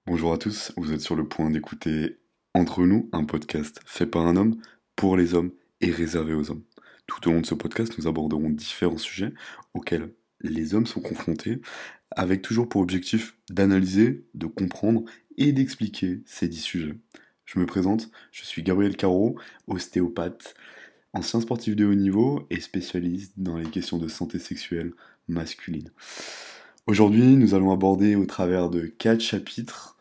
Bonjour à tous, vous êtes sur le point d'écouter Entre nous, un podcast fait par un homme, pour les hommes et réservé aux hommes. Tout au long de ce podcast, nous aborderons différents sujets auxquels les hommes sont confrontés, avec toujours pour objectif d'analyser, de comprendre et d'expliquer ces dix sujets. Je me présente, je suis Gabriel Caro, ostéopathe, ancien sportif de haut niveau et spécialiste dans les questions de santé sexuelle masculine. Aujourd'hui, nous allons aborder au travers de 4 chapitres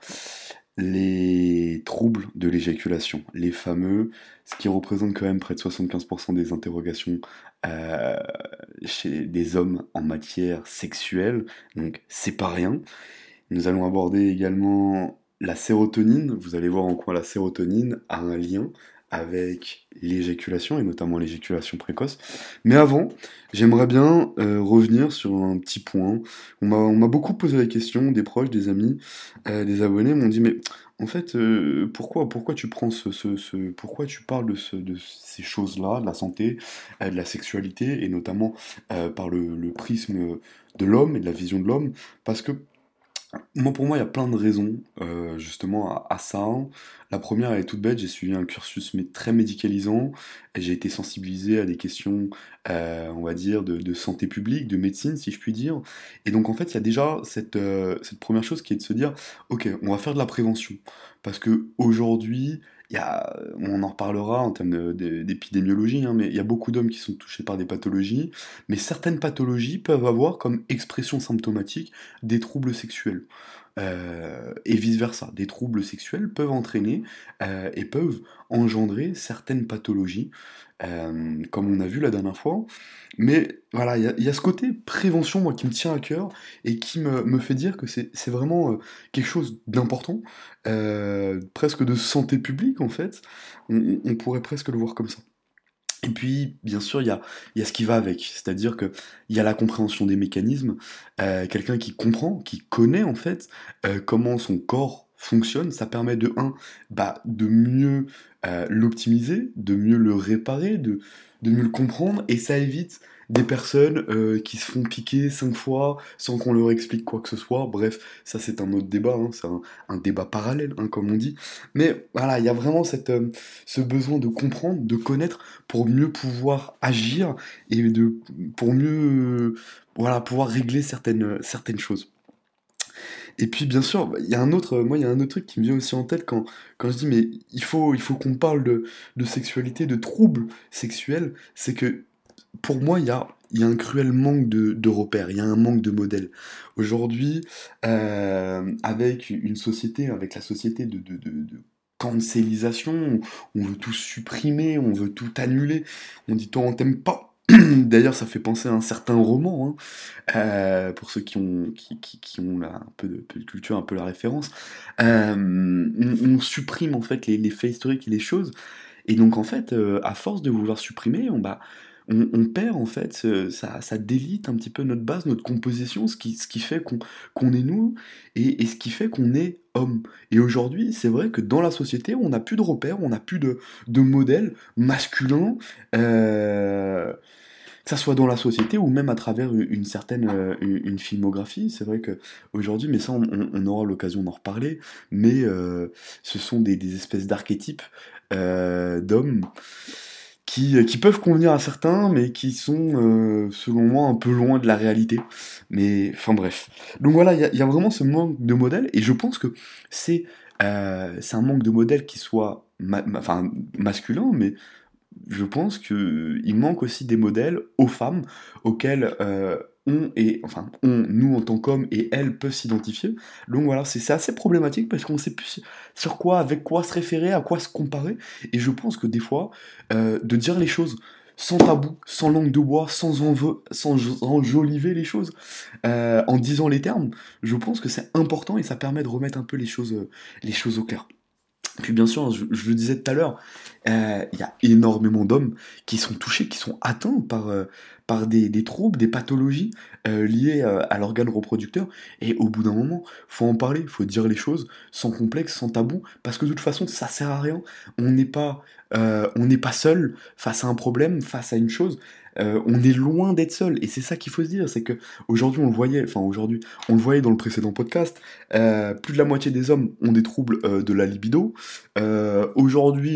les troubles de l'éjaculation, les fameux, ce qui représente quand même près de 75% des interrogations euh, chez des hommes en matière sexuelle, donc c'est pas rien. Nous allons aborder également la sérotonine. Vous allez voir en quoi la sérotonine a un lien avec l'éjaculation, et notamment l'éjaculation précoce. Mais avant, j'aimerais bien revenir sur un petit point. On m'a beaucoup posé la question, des proches, des amis, des abonnés m'ont dit, mais en fait, pourquoi tu prends pourquoi tu parles de ces choses-là, de la santé, de la sexualité, et notamment par le prisme de l'homme et de la vision de l'homme, parce que pour moi, il y a plein de raisons justement à ça. La première, elle est toute bête, j'ai suivi un cursus mais très médicalisant, et j'ai été sensibilisé à des questions, on va dire, de santé publique, de médecine, si je puis dire. Et donc, en fait, il y a déjà cette première chose qui est de se dire, ok, on va faire de la prévention. Parce que aujourd'hui, on en reparlera en termes d'épidémiologie, hein, mais il y a beaucoup d'hommes qui sont touchés par des pathologies, mais certaines pathologies peuvent avoir comme expression symptomatique des troubles sexuels. Et vice-versa. Des troubles sexuels peuvent entraîner et peuvent engendrer certaines pathologies, comme on a vu la dernière fois. Mais voilà, il y a ce côté prévention, moi, qui me tient à cœur et qui me fait dire que c'est vraiment quelque chose d'important, presque de santé publique, en fait. On pourrait presque le voir comme ça. Et puis, bien sûr, il y a ce qui va avec, c'est-à-dire que il y a la compréhension des mécanismes, quelqu'un qui comprend, qui connaît en fait comment son corps fonctionne, ça permet de un, de mieux l'optimiser, de mieux le réparer, de mieux le comprendre, et ça évite des personnes qui se font piquer 5 fois sans qu'on leur explique quoi que ce soit. Bref, ça c'est un autre débat, hein, c'est un débat parallèle, hein, comme on dit. Mais voilà, il y a vraiment ce besoin de comprendre, de connaître pour mieux pouvoir agir et pour mieux voilà, pouvoir régler certaines choses. Et puis bien sûr, il y a un autre truc qui me vient aussi en tête quand je dis mais il faut qu'on parle de sexualité, de troubles sexuels, c'est que pour moi il y a un cruel manque de repères, il y a un manque de modèles. Aujourd'hui, avec la société de cancélisation, on veut tout supprimer, on veut tout annuler, on dit toi on t'aime pas. D'ailleurs, ça fait penser à un certain roman, hein, pour ceux qui ont là, un peu de culture, un peu la référence. On supprime en fait les faits historiques et les choses, et donc en fait, à force de vouloir supprimer, on perd en fait, ça délite un petit peu notre base, notre composition, ce qui fait qu'on est nous, et ce qui fait qu'on est homme. Et aujourd'hui, c'est vrai que dans la société, on n'a plus de repères, on n'a plus de modèles masculins, que ça soit dans la société ou même à travers une certaine une filmographie. C'est vrai que aujourd'hui, mais ça on aura l'occasion d'en reparler, mais ce sont des espèces d'archétypes d'hommes qui peuvent convenir à certains, mais qui sont, selon moi, un peu loin de la réalité. Mais, enfin bref. Donc voilà, il y a vraiment ce manque de modèle, et je pense que c'est un manque de modèle qui soit enfin, masculin, mais je pense qu'il manque aussi des modèles aux femmes auxquels nous en tant qu'hommes et elles peuvent s'identifier. Donc voilà, c'est assez problématique parce qu'on sait plus sur quoi, avec quoi se référer, à quoi se comparer. Et je pense que des fois, de dire les choses sans tabou, sans langue de bois, sans enjoliver les choses, en disant les termes, je pense que c'est important et ça permet de remettre un peu les choses au clair. Puis bien sûr, je le disais tout à l'heure, il y a énormément d'hommes qui sont touchés, qui sont atteints par des troubles, des pathologies liées à l'organe reproducteur. Et au bout d'un moment, faut en parler, faut dire les choses sans complexe, sans tabou, parce que de toute façon, ça sert à rien. On n'est pas seul face à un problème, face à une chose. On est loin d'être seul. Et c'est ça qu'il faut se dire, c'est que aujourd'hui, on le voyait dans le précédent podcast, plus de la moitié des hommes ont des troubles de la libido. Aujourd'hui,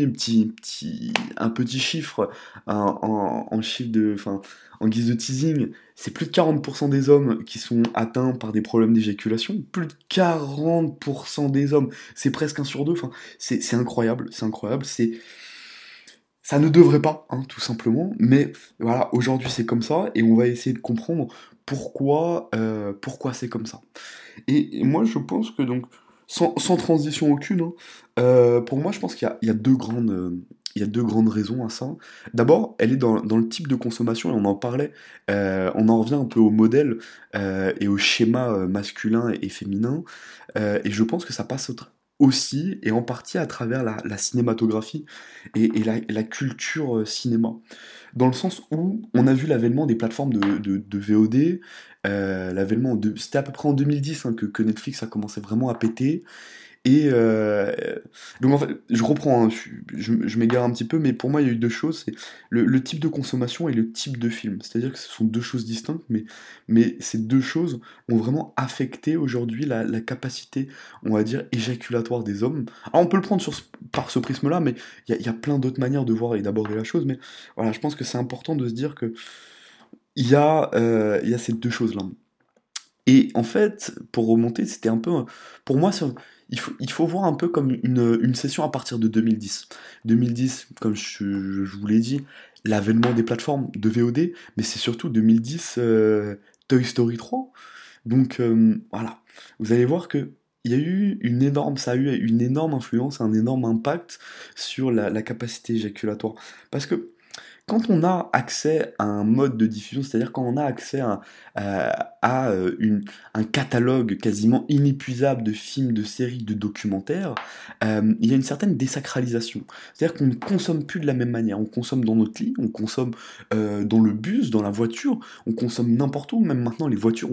un petit chiffre en chiffre en guise de teasing, c'est plus de 40% des hommes qui sont atteints par des problèmes d'éjaculation. Plus de 40% des hommes, c'est presque un sur deux. Enfin, c'est incroyable, c'est incroyable. Ça ne devrait pas, hein, tout simplement. Mais voilà, aujourd'hui c'est comme ça et on va essayer de comprendre pourquoi c'est comme ça. Et moi, je pense que donc, sans transition aucune, hein, pour moi, je pense qu'il y a il y a deux grandes raisons à ça. D'abord, elle est dans le type de consommation, et on en parlait, on en revient un peu au modèle et au schéma masculin et féminin, et je pense que ça passe aussi, et en partie à travers la cinématographie et la culture cinéma. Dans le sens où on a vu l'avènement des plateformes de VOD, c'était à peu près en 2010 hein, que Netflix a commencé vraiment à péter. Et donc en fait, je reprends, hein, je m'égare un petit peu, mais pour moi il y a eu deux choses, c'est le type de consommation et le type de film. C'est-à-dire que ce sont deux choses distinctes, mais ces deux choses ont vraiment affecté aujourd'hui la capacité, on va dire, éjaculatoire des hommes. Alors on peut le prendre par ce prisme-là, mais il y a plein d'autres manières de voir et d'aborder la chose, mais voilà, je pense que c'est important de se dire que il y a ces deux choses-là. Et en fait, pour remonter, c'était un peu, pour moi, il faut voir un peu comme une session à partir de 2010. 2010, comme je vous l'ai dit, l'avènement des plateformes de VOD, mais c'est surtout 2010 Toy Story 3. Donc voilà, vous allez voir que ça a eu une énorme influence, un énorme impact sur la capacité éjaculatoire. Parce que quand on a accès à un mode de diffusion, c'est-à-dire quand on a accès un catalogue quasiment inépuisable de films, de séries, de documentaires, il y a une certaine désacralisation. C'est-à-dire qu'on ne consomme plus de la même manière. On consomme dans notre lit, on consomme dans le bus, dans la voiture, on consomme n'importe où. Même maintenant, les voitures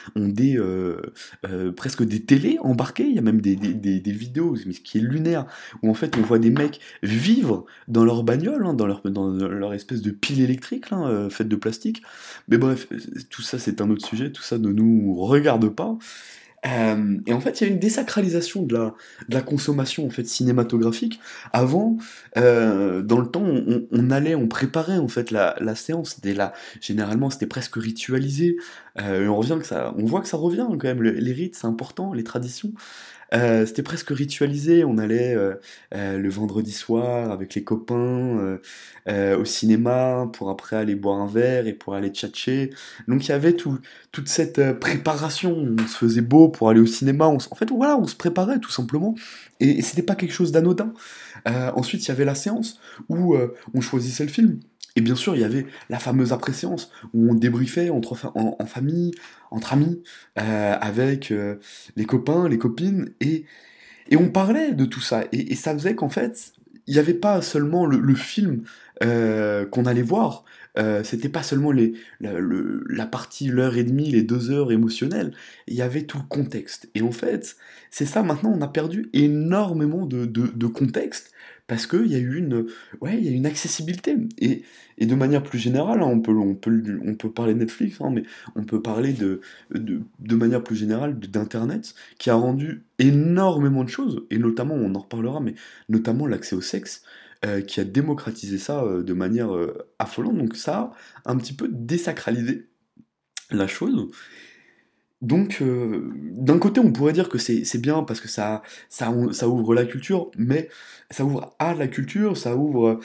ont presque des télés embarquées. Il y a même des vidéos, mais ce qui est lunaire, où en fait on voit des mecs vivre dans leur bagnole, hein, dans leur espèce de pile électrique là, faite de plastique. Mais bref, tout ça c'est un autre sujet, tout ça ne nous regarde pas. Et en fait, il y a une désacralisation de la consommation en fait cinématographique. Avant, dans le temps, on préparait en fait la séance. Généralement, c'était presque ritualisé. Et on voit que ça revient quand même. Les rites, c'est important, les traditions. C'était presque ritualisé, on allait le vendredi soir avec les copains au cinéma pour après aller boire un verre et pour aller tchatcher. Donc il y avait toute cette préparation, on se faisait beau pour aller au cinéma, en fait voilà, on se préparait tout simplement. Et c'était pas quelque chose d'anodin. Ensuite il y avait la séance où on choisissait le film. Et bien sûr, il y avait la fameuse après-séance où on débriefait en famille, entre amis, avec les copains, les copines, et on parlait de tout ça. Et ça faisait qu'en fait, il n'y avait pas seulement le film qu'on allait voir, c'était pas seulement la partie, l'heure et demie, les 2 heures émotionnelles, il y avait tout le contexte. Et en fait, c'est ça, maintenant, on a perdu énormément de contexte, parce qu'il y a eu ouais, il y a une accessibilité. Et de manière plus générale, hein, on peut parler de Netflix, hein, mais on peut parler de manière plus générale d'Internet, qui a rendu énormément de choses, et notamment, on en reparlera, mais notamment l'accès au sexe, qui a démocratisé ça de manière affolante. Donc ça a un petit peu désacralisé la chose. Donc, d'un côté, on pourrait dire que c'est bien parce que ça ouvre la culture, mais ça ouvre à la culture, ça ouvre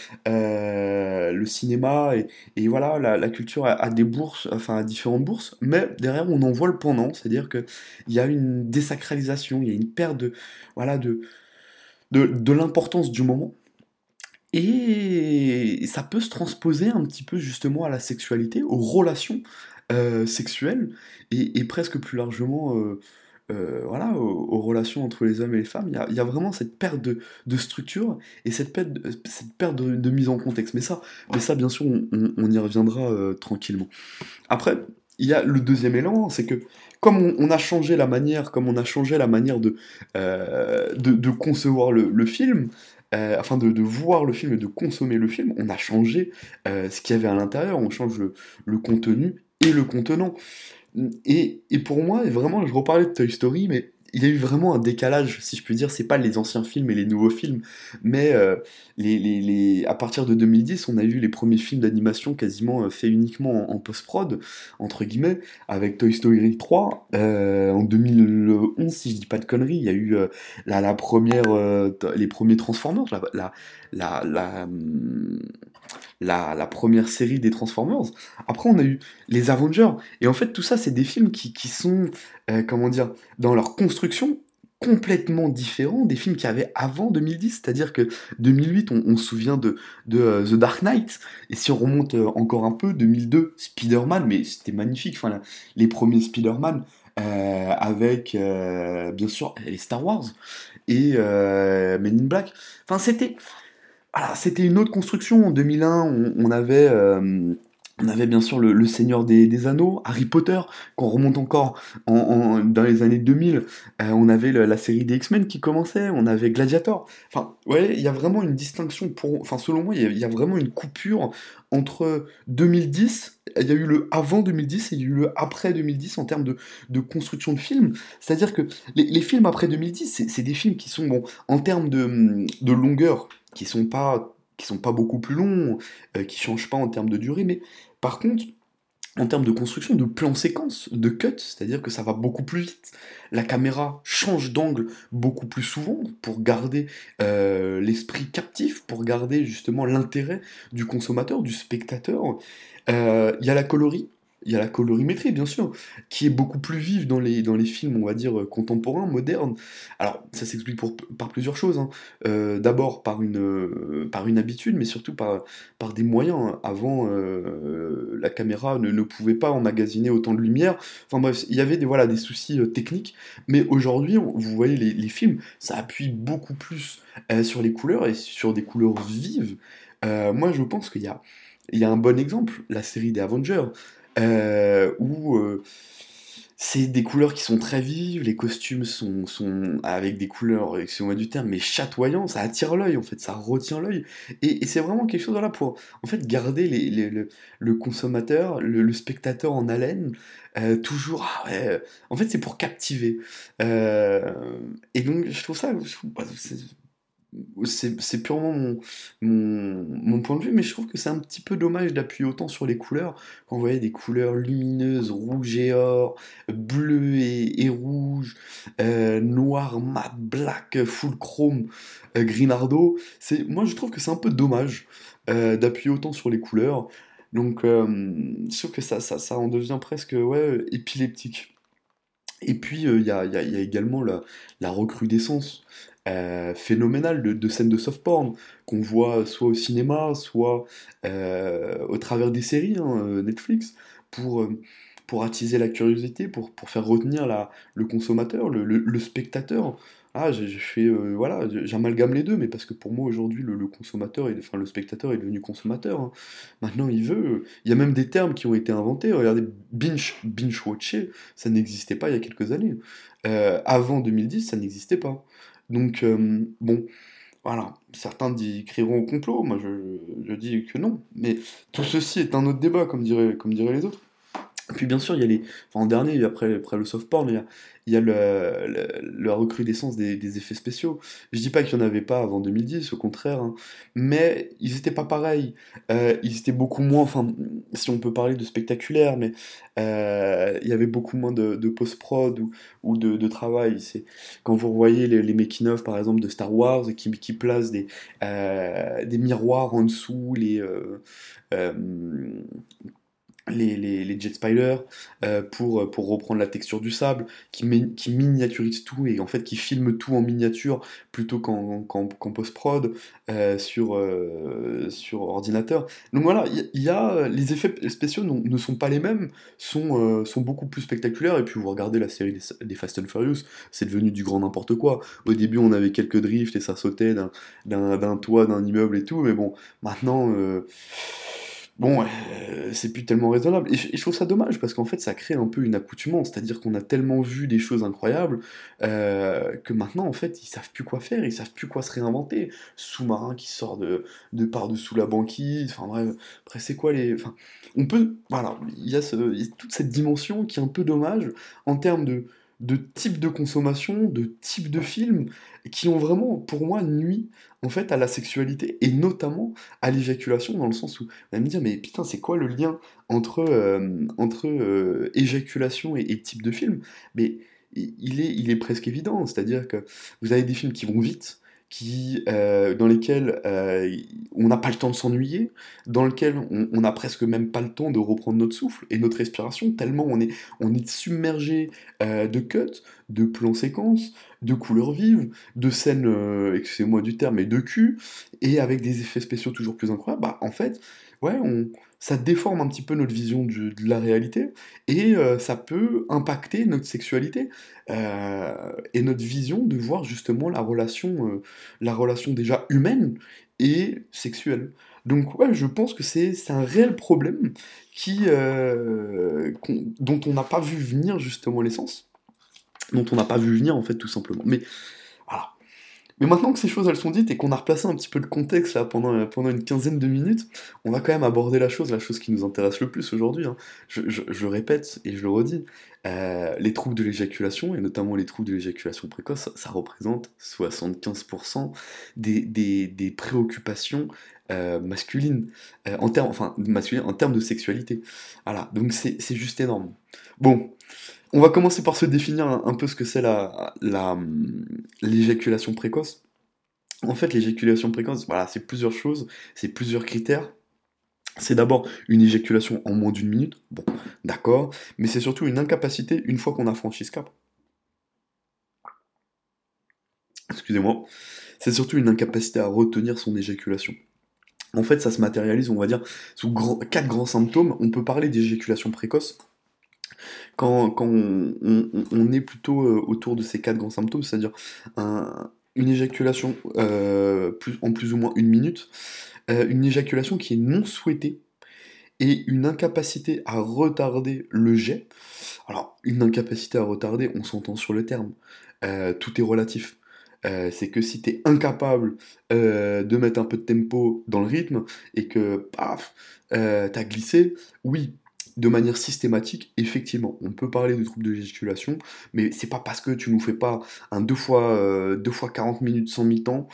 le cinéma, et voilà, la culture a des bourses, enfin à différentes bourses, mais derrière, on en voit le pendant, c'est-à-dire qu'il y a une désacralisation, il y a une perte voilà, de l'importance du moment. Et ça peut se transposer un petit peu justement à la sexualité, aux relations sexuelles, et presque plus largement voilà, aux relations entre les hommes et les femmes, il y a vraiment cette perte de structure et cette perte de mise en contexte. Mais ça bien sûr, on y reviendra tranquillement. Après, il y a le deuxième élément, c'est que comme on a changé la manière, comme on a changé la manière de concevoir le film, enfin de voir le film et de consommer le film, on a changé ce qu'il y avait à l'intérieur, on change le contenu et le contenant. Et pour moi, et vraiment, je reparlais de Toy Story, mais il y a eu vraiment un décalage, si je puis dire. C'est pas les anciens films et les nouveaux films, mais à partir de 2010, on a eu les premiers films d'animation quasiment faits uniquement en post-prod, entre guillemets, avec Toy Story 3. En 2011, si je dis pas de conneries, il y a eu la première, les premiers Transformers, la, la, hum, la première série des Transformers. Après, on a eu les Avengers. Et en fait, tout ça, c'est des films qui sont, comment dire, dans leur construction, complètement différents des films qu'il y avait avant 2010. C'est-à-dire que 2008, on se souvient de The Dark Knight. Et si on remonte encore un peu, 2002, Spider-Man, mais c'était magnifique. Enfin, les premiers Spider-Man, avec, bien sûr, les Star Wars et Men in Black. Enfin, c'était une autre construction. En 2001, on avait bien sûr le Seigneur des Anneaux, Harry Potter, qu'on remonte encore dans les années 2000. On avait la série des X-Men qui commençait, on avait Gladiator. Enfin, ouais, il y a vraiment une distinction enfin, selon moi, il y a vraiment une coupure entre 2010. Il y a eu le avant 2010 et il y a eu le après 2010 en termes de construction de films. C'est-à-dire que les films après 2010, c'est des films qui sont, bon, en termes de longueur, qui sont pas beaucoup plus longs, qui changent pas en termes de durée, mais par contre, en termes de construction, de plan séquence, de cut, c'est-à-dire que ça va beaucoup plus vite. La caméra change d'angle beaucoup plus souvent pour garder l'esprit captif, pour garder justement l'intérêt du consommateur, du spectateur. Il y a la coloris, il y a la colorimétrie, bien sûr, qui est beaucoup plus vive dans les films, on va dire, contemporains, modernes. Alors, ça s'explique par plusieurs choses, hein. D'abord par une habitude, mais surtout par des moyens, hein. Avant, la caméra ne pouvait pas emmagasiner autant de lumière. Enfin bref, il y avait voilà, des soucis techniques, mais aujourd'hui, vous voyez les films, ça appuie beaucoup plus sur les couleurs et sur des couleurs vives. Moi, je pense qu'il y a un bon exemple, la série des Avengers, où c'est des couleurs qui sont très vives, les costumes sont avec des couleurs, excusez-moi du terme, mais chatoyants, ça attire l'œil en fait, ça retient l'œil. Et c'est vraiment quelque chose voilà, pour en fait garder le consommateur, le spectateur en haleine, toujours, ah ouais, en fait c'est pour captiver. Euh, et donc je trouve ça, bah, c'est purement mon point de vue, mais je trouve que c'est un petit peu dommage d'appuyer autant sur les couleurs, quand vous voyez des couleurs lumineuses, rouge et or, bleu et rouge, noir, mat, black, full chrome, grinardo. Moi je trouve que c'est un peu dommage d'appuyer autant sur les couleurs, donc je trouve que ça en devient presque ouais, épileptique. Et puis, il y a également la recrudescence phénoménale de scènes de soft porn qu'on voit soit au cinéma, soit au travers des séries hein, Netflix, pour, euh, pour attiser la curiosité, pour faire retenir le consommateur, le spectateur. Ah, je fais, voilà, j'amalgame les deux, mais parce que pour moi aujourd'hui, le consommateur, enfin le spectateur est devenu consommateur, hein. Maintenant, il veut. Il y a même des termes qui ont été inventés. Regardez, binge-watcher, ça n'existait pas il y a quelques années. Avant 2010, ça n'existait pas. Donc, bon, voilà. Certains crieront au complot, moi je dis que non. Mais tout ceci est un autre débat, comme diraient les autres. Et puis bien sûr, il y a enfin, en dernier, après le soft porn, il y a la recrudescence des effets spéciaux. Je dis pas qu'il n'y en avait pas avant 2010, au contraire, hein, mais ils étaient pas pareils. Ils étaient beaucoup moins, enfin, si on peut parler de spectaculaire, mais il y avait beaucoup moins de post-prod ou de travail. Quand vous revoyez les making-of, par exemple, de Star Wars, qui placent des miroirs en dessous, euh, les jet spiders, pour reprendre la texture du sable, qui miniaturise tout et en fait qui filme tout en miniature plutôt qu'en post-prod sur ordinateur. Donc voilà, les effets spéciaux ne sont pas les mêmes, sont beaucoup plus spectaculaires. Et puis vous regardez la série des Fast and Furious, c'est devenu du grand n'importe quoi. Au début on avait quelques drifts et ça sautait d'un toit, d'un immeuble et tout, mais bon, maintenant... Bon, c'est plus tellement raisonnable. Et je trouve ça dommage parce qu'en fait, ça crée un peu une accoutumance. C'est-à-dire qu'on a tellement vu des choses incroyables que maintenant, en fait, ils savent plus quoi faire, ils savent plus quoi se réinventer. Sous-marin qui sort de par-dessous la banquise. Enfin bref, après, c'est quoi les. Enfin, on peut. Voilà, il y a toute cette dimension qui est un peu dommage en termes de type de consommation, de type de film, qui ont vraiment, pour moi, nuit en fait à la sexualité et notamment à l'éjaculation dans le sens où on va me dire, mais putain, c'est quoi le lien entre éjaculation et type de film? Mais il est presque évident, c'est-à-dire que vous avez des films qui vont vite, dans lesquels on n'a pas le temps de s'ennuyer, dans lesquels on n'a presque même pas le temps de reprendre notre souffle et notre respiration, tellement on est submergé de cuts, de plans séquences, de couleurs vives, de scènes, excusez-moi du terme, mais de cul, et avec des effets spéciaux toujours plus incroyables. Bah, en fait, ouais, ça déforme un petit peu notre vision de la réalité, et ça peut impacter notre sexualité, et notre vision de voir justement la relation déjà humaine et sexuelle. Donc ouais, je pense que c'est un réel problème dont on n'a pas vu venir justement l'essence, dont on n'a pas vu venir en fait tout simplement. Mais voilà. Mais maintenant que ces choses elles sont dites et qu'on a replacé un petit peu le contexte là pendant une quinzaine de minutes, on va quand même aborder la chose qui nous intéresse le plus aujourd'hui, hein. Je le répète et je le redis, les troubles de l'éjaculation, et notamment les troubles de l'éjaculation précoce, ça représente 75% des préoccupations masculines, en termes de sexualité. Voilà, donc c'est juste énorme. Bon, on va commencer par se définir un peu ce que c'est l'éjaculation précoce. En fait, l'éjaculation précoce, voilà, c'est plusieurs choses, c'est plusieurs critères. C'est d'abord une éjaculation en moins d'une minute, bon, d'accord, mais c'est surtout une incapacité une fois qu'on a franchi ce cap. Excusez-moi. C'est surtout une incapacité à retenir son éjaculation. En fait, ça se matérialise, on va dire, sous quatre grands symptômes. On peut parler d'éjaculation précoce quand on est plutôt autour de ces quatre grands symptômes, c'est-à-dire une éjaculation en plus ou moins une minute, une éjaculation qui est non souhaitée et une incapacité à retarder le jet. Alors, une incapacité à retarder, on s'entend sur le terme. Tout est relatif. C'est que si tu es incapable de mettre un peu de tempo dans le rythme et que, paf, t'as glissé, oui, de manière systématique, effectivement, on peut parler de troubles de gesticulation, mais c'est pas parce que tu nous fais pas un deux fois 40 minutes sans mi-temps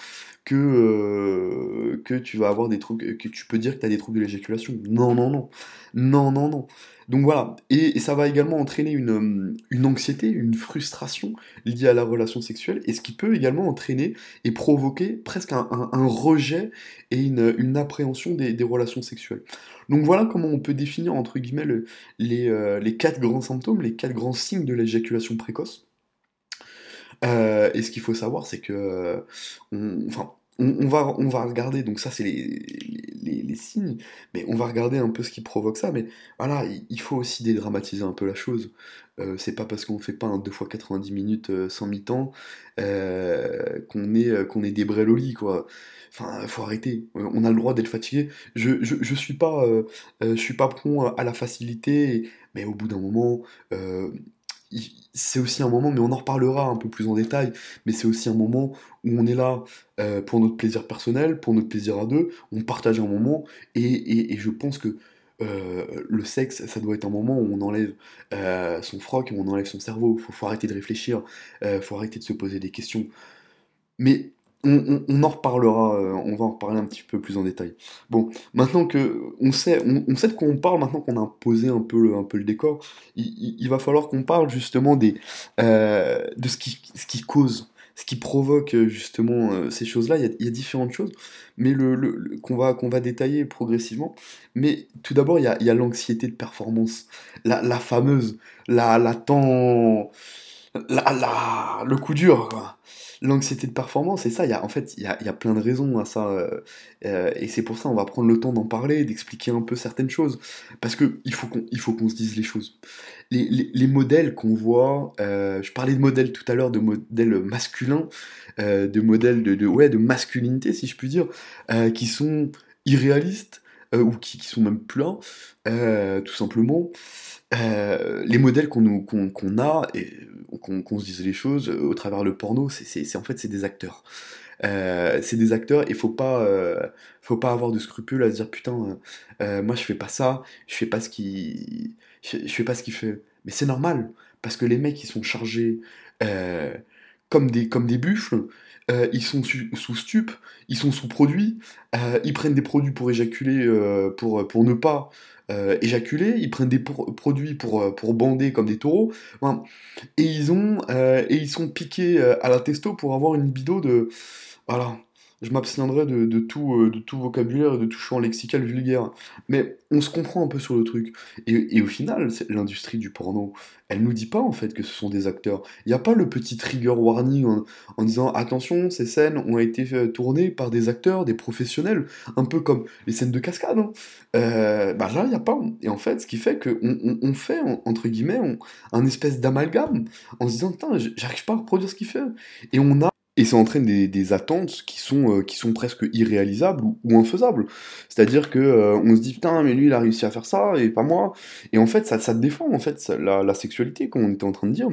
que tu vas avoir des trucs, que tu peux dire que tu as des troubles de l'éjaculation. Non, non, non. Non, non, non. Donc voilà. Et ça va également entraîner une anxiété, une frustration liée à la relation sexuelle, et ce qui peut également entraîner et provoquer presque un rejet et une appréhension des relations sexuelles. Donc voilà comment on peut définir, entre guillemets, les quatre grands symptômes, les quatre grands signes de l'éjaculation précoce. Et ce qu'il faut savoir, c'est que, enfin, on va regarder, donc ça c'est les signes, mais on va regarder un peu ce qui provoque ça, mais voilà, il faut aussi dédramatiser un peu la chose. C'est pas parce qu'on fait pas un 2 fois 90 minutes sans mi-temps qu'on est des brels au lit, quoi. Enfin, faut arrêter. On a le droit d'être fatigué. Je suis pas prompt à la facilité, mais au bout d'un moment, euh, c'est aussi un moment, mais on en reparlera un peu plus en détail, mais c'est aussi un moment où on est là pour notre plaisir personnel, pour notre plaisir à deux, on partage un moment, et je pense que le sexe, ça doit être un moment où on enlève son froc, où on enlève son cerveau, faut arrêter de réfléchir, faut arrêter de se poser des questions. Mais on en reparlera, on va en reparler un petit peu plus en détail. Bon, maintenant que on sait de quoi on parle, maintenant qu'on a posé un peu le décor, il va falloir qu'on parle justement de ce qui cause. ce qui provoque justement ces choses-là, il y a différentes choses, mais qu'on va détailler progressivement. Mais tout d'abord, il y a l'anxiété de performance, la fameuse, la temps, le coup dur, quoi. L'anxiété de performance, et ça, en fait, il y a plein de raisons à ça, et c'est pour ça on va prendre le temps d'en parler, d'expliquer un peu certaines choses, parce que il faut qu'on se dise les choses. Les modèles qu'on voit, je parlais de modèles tout à l'heure, de modèles masculins, de modèles ouais, de masculinité, si je puis dire, qui sont irréalistes, ou qui sont même plats, tout simplement. Les modèles qu'on a, et qu'on se dise les choses, au travers le porno, en fait, c'est des acteurs. C'est des acteurs, et faut pas avoir de scrupules à se dire putain, moi je fais pas ça, je fais pas ce qu'il fait. Mais c'est normal, parce que les mecs ils sont chargés euh, comme des buffles, ils sont sous stup, ils sont sous produits, ils prennent des produits pour éjaculer, pour ne pas éjaculer, ils prennent des produits pour bander comme des taureaux. Enfin, et ils sont piqués à la testo pour avoir une libido de voilà, je m'abstiendrai de tout vocabulaire et de tout champ lexical vulgaire. Mais on se comprend un peu sur le truc. Et au final, l'industrie du porno, elle nous dit pas en fait que ce sont des acteurs. Il n'y a pas le petit trigger warning en disant attention, ces scènes ont été tournées par des acteurs, des professionnels, un peu comme les scènes de cascade, hein. Bah là, il n'y a pas. Et en fait, ce qui fait qu'on on fait, entre guillemets, un espèce d'amalgame en se disant putain, j'arrive pas à reproduire ce qu'il fait. Et ça entraîne des attentes qui sont presque irréalisables ou infaisables. C'est-à-dire que on se dit putain mais lui il a réussi à faire ça et pas moi. Et en fait ça te défend en fait la sexualité comme on était en train de dire.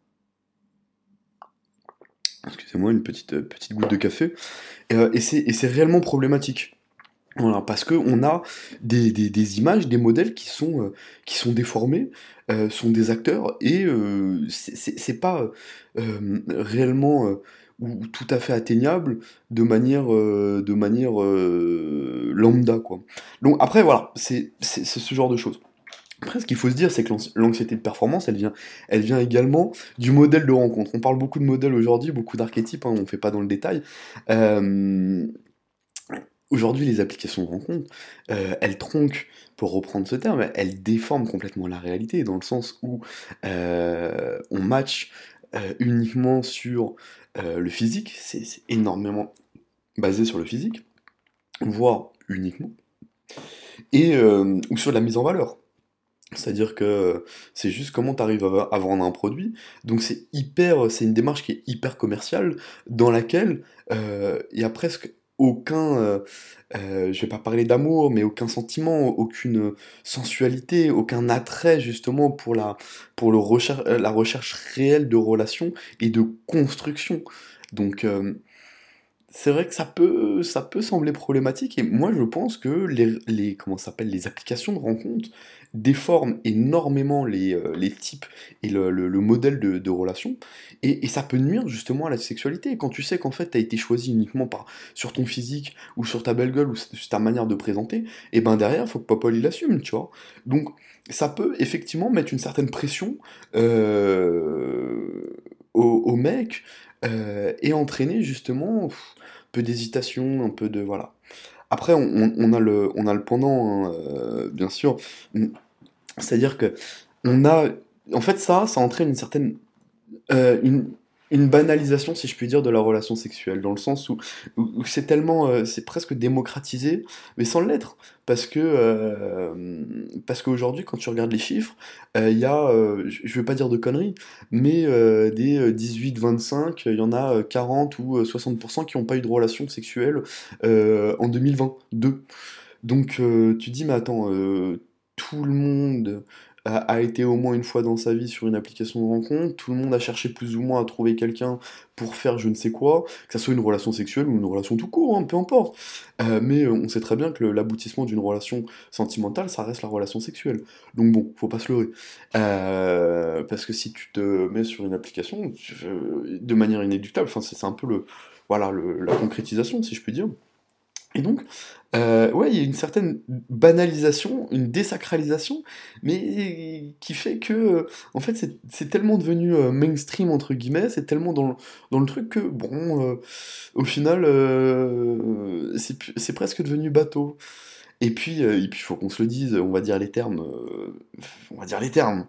Excusez-moi une petite goutte de café. Et c'est réellement problématique. Voilà, parce que on a des images, des modèles qui sont déformés, sont des acteurs, et c'est pas réellement ou tout à fait atteignable de manière lambda, quoi. Donc après, voilà, c'est ce genre de choses. Après, ce qu'il faut se dire, c'est que l'anxiété de performance, elle vient également du modèle de rencontre. On parle beaucoup de modèles aujourd'hui, beaucoup d'archétypes, hein, on ne fait pas dans le détail. Euh, Aujourd'hui, les applications de rencontre, elles tronquent, pour reprendre ce terme, elles déforment complètement la réalité, dans le sens où on match uniquement sur le physique, c'est énormément basé sur le physique, voire uniquement, ou sur la mise en valeur. C'est-à-dire que c'est juste comment tu arrives à vendre un produit. Donc c'est une démarche qui est hyper commerciale, dans laquelle il y a presque aucun, je vais pas parler d'amour, mais aucun sentiment, aucune sensualité, aucun attrait justement la recherche réelle de relations et de construction. Donc c'est vrai que ça peut sembler problématique, et moi je pense que comment ça s'appelle, les applications de rencontre déforment énormément les types et le modèle de relation, et ça peut nuire justement à la sexualité. Quand tu sais qu'en fait t'as été choisi uniquement sur ton physique, ou sur ta belle gueule, ou sur ta manière de présenter, et ben derrière faut que Popol il assume, tu vois. Donc ça peut effectivement mettre une certaine pression aux mecs, et entraîner justement peu d'hésitation, un peu de voilà. Après, on a le pendant, hein, bien sûr. C'est-à-dire que on a, en fait, ça entraîne une certaine, euh, une, une banalisation, si je puis dire, de la relation sexuelle, dans le sens où c'est tellement, c'est presque démocratisé, mais sans l'être, parce qu'aujourd'hui, quand tu regardes les chiffres, il y a, je vais pas dire de conneries, mais des 18-25, il y en a 40 ou 60% qui n'ont pas eu de relation sexuelle en 2022. Donc tu dis, mais attends, tout le monde a été au moins une fois dans sa vie sur une application de rencontre, tout le monde a cherché plus ou moins à trouver quelqu'un pour faire je ne sais quoi, que ça soit une relation sexuelle ou une relation tout court, hein, peu importe. Mais on sait très bien que l'aboutissement d'une relation sentimentale, ça reste la relation sexuelle. Donc bon, faut pas se leurrer. Parce que si tu te mets sur une application, de manière inéluctable, enfin c'est un peu la concrétisation, si je puis dire. Et donc, ouais, il y a une certaine banalisation, une désacralisation, mais qui fait que, en fait, c'est tellement devenu, «mainstream» entre guillemets, c'est tellement dans le truc que bon, au final, c'est presque devenu bateau. Et puis il faut qu'on se le dise, on va dire les termes.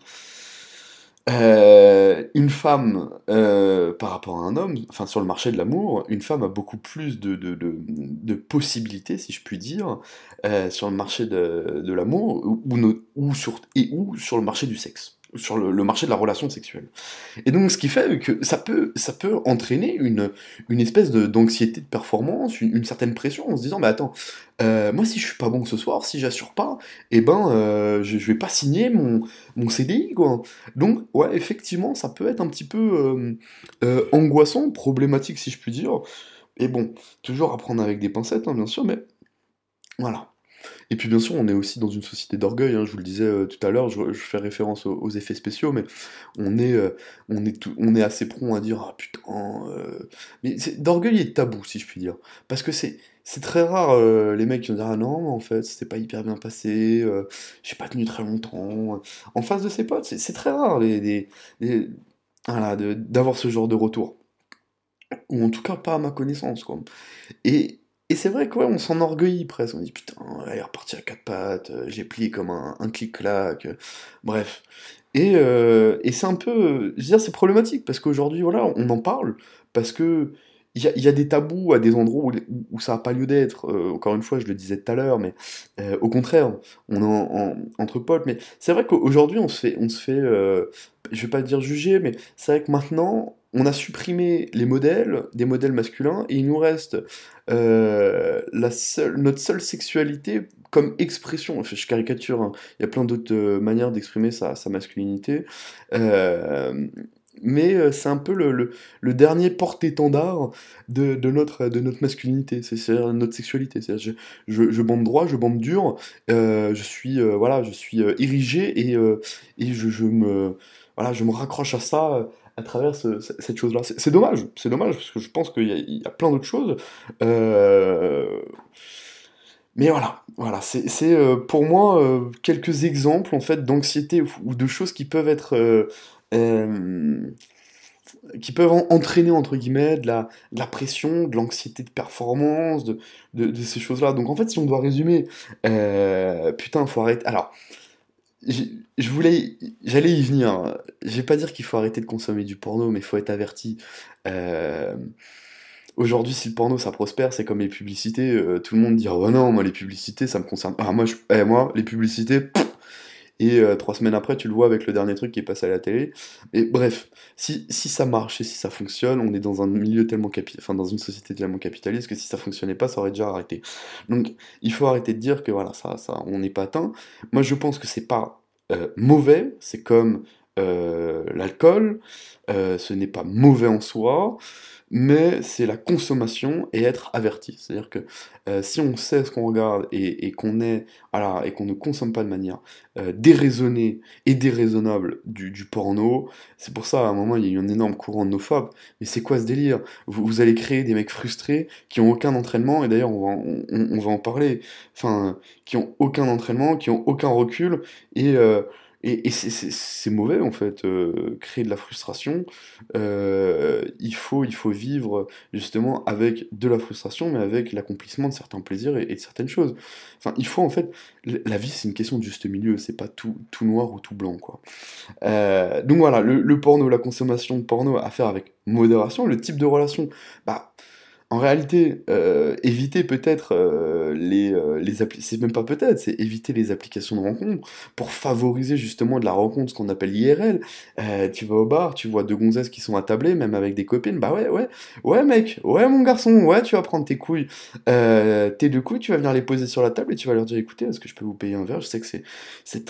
Une femme, par rapport à un homme, enfin sur le marché de l'amour, une femme a beaucoup plus de possibilités, si je puis dire, sur le marché de l'amour ou sur le marché du sexe, sur le marché de la relation sexuelle. Et donc ce qui fait que ça peut entraîner une espèce d'anxiété de performance, une certaine pression en se disant: «Mais attends, moi si je suis pas bon ce soir, si j'assure pas, et ben, je vais pas signer mon CDI quoi». Donc ouais, effectivement, ça peut être un petit peu, angoissant, problématique si je puis dire. Et bon, toujours à prendre avec des pincettes, hein, bien sûr, mais voilà. Et puis bien sûr, on est aussi dans une société d'orgueil, hein, je vous le disais tout à l'heure, je fais référence aux effets spéciaux, mais on est, on est assez prompt à dire: «Ah putain, mais d'orgueil et de tabou, si je puis dire. Parce que c'est très rare, les mecs qui vont dire: «Ah non, en fait, c'était pas hyper bien passé, j'ai pas tenu très longtemps», en face de ses potes, c'est très rare les voilà, d'avoir ce genre de retour. Ou en tout cas pas à ma connaissance, quoi. Et, et c'est vrai que ouais, on s'enorgueillit presque. On dit putain, elle est repartie à quatre pattes, j'ai plié comme un clic-clac. Bref. Et c'est un peu. Je veux dire, c'est problématique parce qu'aujourd'hui, voilà, on en parle parce que il y a des tabous à des endroits où ça n'a pas lieu d'être. Encore une fois, je le disais tout à l'heure, mais au contraire, on est entre potes. Mais c'est vrai qu'aujourd'hui, on se fait, je vais pas dire juger, mais c'est vrai que maintenant, on a supprimé les modèles, des modèles masculins, et il nous reste notre seule sexualité comme expression. Enfin, je caricature, hein. Il y a plein d'autres manières d'exprimer sa masculinité. Euh, mais c'est un peu le dernier porte-étendard de notre masculinité, c'est-à-dire notre sexualité. C'est-à-dire, je bande droit, je bande dur, voilà, je suis érigé et voilà, je me raccroche à ça à travers cette chose-là. C'est dommage, parce que je pense qu'il y a plein d'autres choses. Euh, mais voilà, c'est pour moi quelques exemples en fait d'anxiété ou de choses euh, qui peuvent entraîner entre guillemets de la pression, de l'anxiété de performance, de ces choses-là. Donc en fait, si on doit résumer, putain, faut arrêter. Alors, je voulais, j'allais y venir. Je vais pas dire qu'il faut arrêter de consommer du porno, mais il faut être averti. Euh, Aujourd'hui, si le porno ça prospère, c'est comme les publicités. Tout le monde dit: oh non, moi les publicités ça me concerne. Ah, moi les publicités. Et 3 semaines après, tu le vois avec le dernier truc qui est passé à la télé. Et bref, si ça marche et si ça fonctionne, on est dans un milieu tellement enfin dans une société tellement capitaliste que si ça fonctionnait pas, ça aurait déjà arrêté. Donc il faut arrêter de dire que voilà, ça, on n'est pas atteint. Moi, je pense que c'est pas mauvais. C'est comme l'alcool. Ce n'est pas mauvais en soi, mais c'est la consommation et être averti. C'est-à-dire que si on sait ce qu'on regarde et qu'on est, voilà, et qu'on ne consomme pas de manière déraisonnée et déraisonnable du porno, c'est pour ça à un moment il y a eu un énorme courant de nophobes. Mais c'est quoi ce délire? Vous allez créer des mecs frustrés qui ont aucun entraînement, et d'ailleurs on va en parler, enfin, qui ont aucun entraînement, qui ont aucun recul, et, euh, et c'est mauvais en fait, créer de la frustration. Il faut vivre justement avec de la frustration, mais avec l'accomplissement de certains plaisirs et de certaines choses. Enfin, il faut en fait, la vie c'est une question de juste milieu, c'est pas tout noir ou tout blanc quoi. Donc voilà, le porno, la consommation de porno à faire avec modération, le type de relation, bah en réalité, éviter peut-être c'est même pas peut-être, c'est éviter les applications de rencontres pour favoriser justement de la rencontre, ce qu'on appelle IRL. Tu vas au bar, tu vois deux gonzesses qui sont attablées, même avec des copines, bah ouais, ouais, ouais mec, ouais mon garçon, ouais tu vas prendre tes couilles, tes deux couilles, tu vas venir les poser sur la table et tu vas leur dire: écoutez, est-ce que je peux vous payer un verre? Je sais que c'est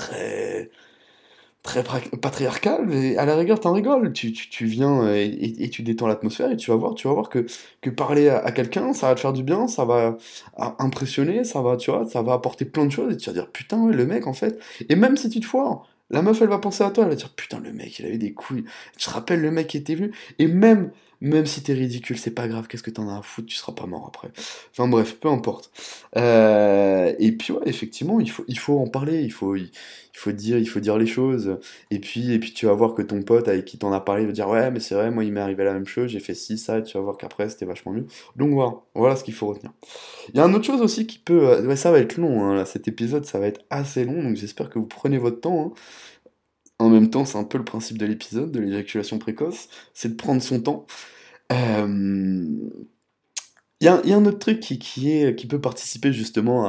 très patriarcal, mais à la rigueur, t'en rigoles. Tu viens et tu détends l'atmosphère et tu vas voir que parler à quelqu'un, ça va te faire du bien, ça va impressionner, ça va, tu vois, ça va apporter plein de choses et tu vas dire putain, ouais, le mec en fait. Et même si tu te foires, la meuf elle va penser à toi, elle va dire putain, le mec il avait des couilles. Tu te rappelles le mec qui était venu? Et même, même si t'es ridicule, c'est pas grave, qu'est-ce que t'en as à foutre, tu seras pas mort après. Enfin bref, peu importe. Et puis ouais, effectivement, il faut en parler, il faut dire les choses. Et puis tu vas voir que ton pote avec qui t'en as parlé va dire ouais, mais c'est vrai, moi il m'est arrivé la même chose, j'ai fait ci, ça, et tu vas voir qu'après c'était vachement mieux. Donc voilà ce qu'il faut retenir. Il y a une autre chose aussi qui peut. Ouais, ça va être long, hein, là, cet épisode, ça va être assez long, donc j'espère que vous prenez votre temps, hein. En même temps, c'est un peu le principe de l'épisode, de l'éjaculation précoce, c'est de prendre son temps. Euh, il y a un autre truc qui peut participer justement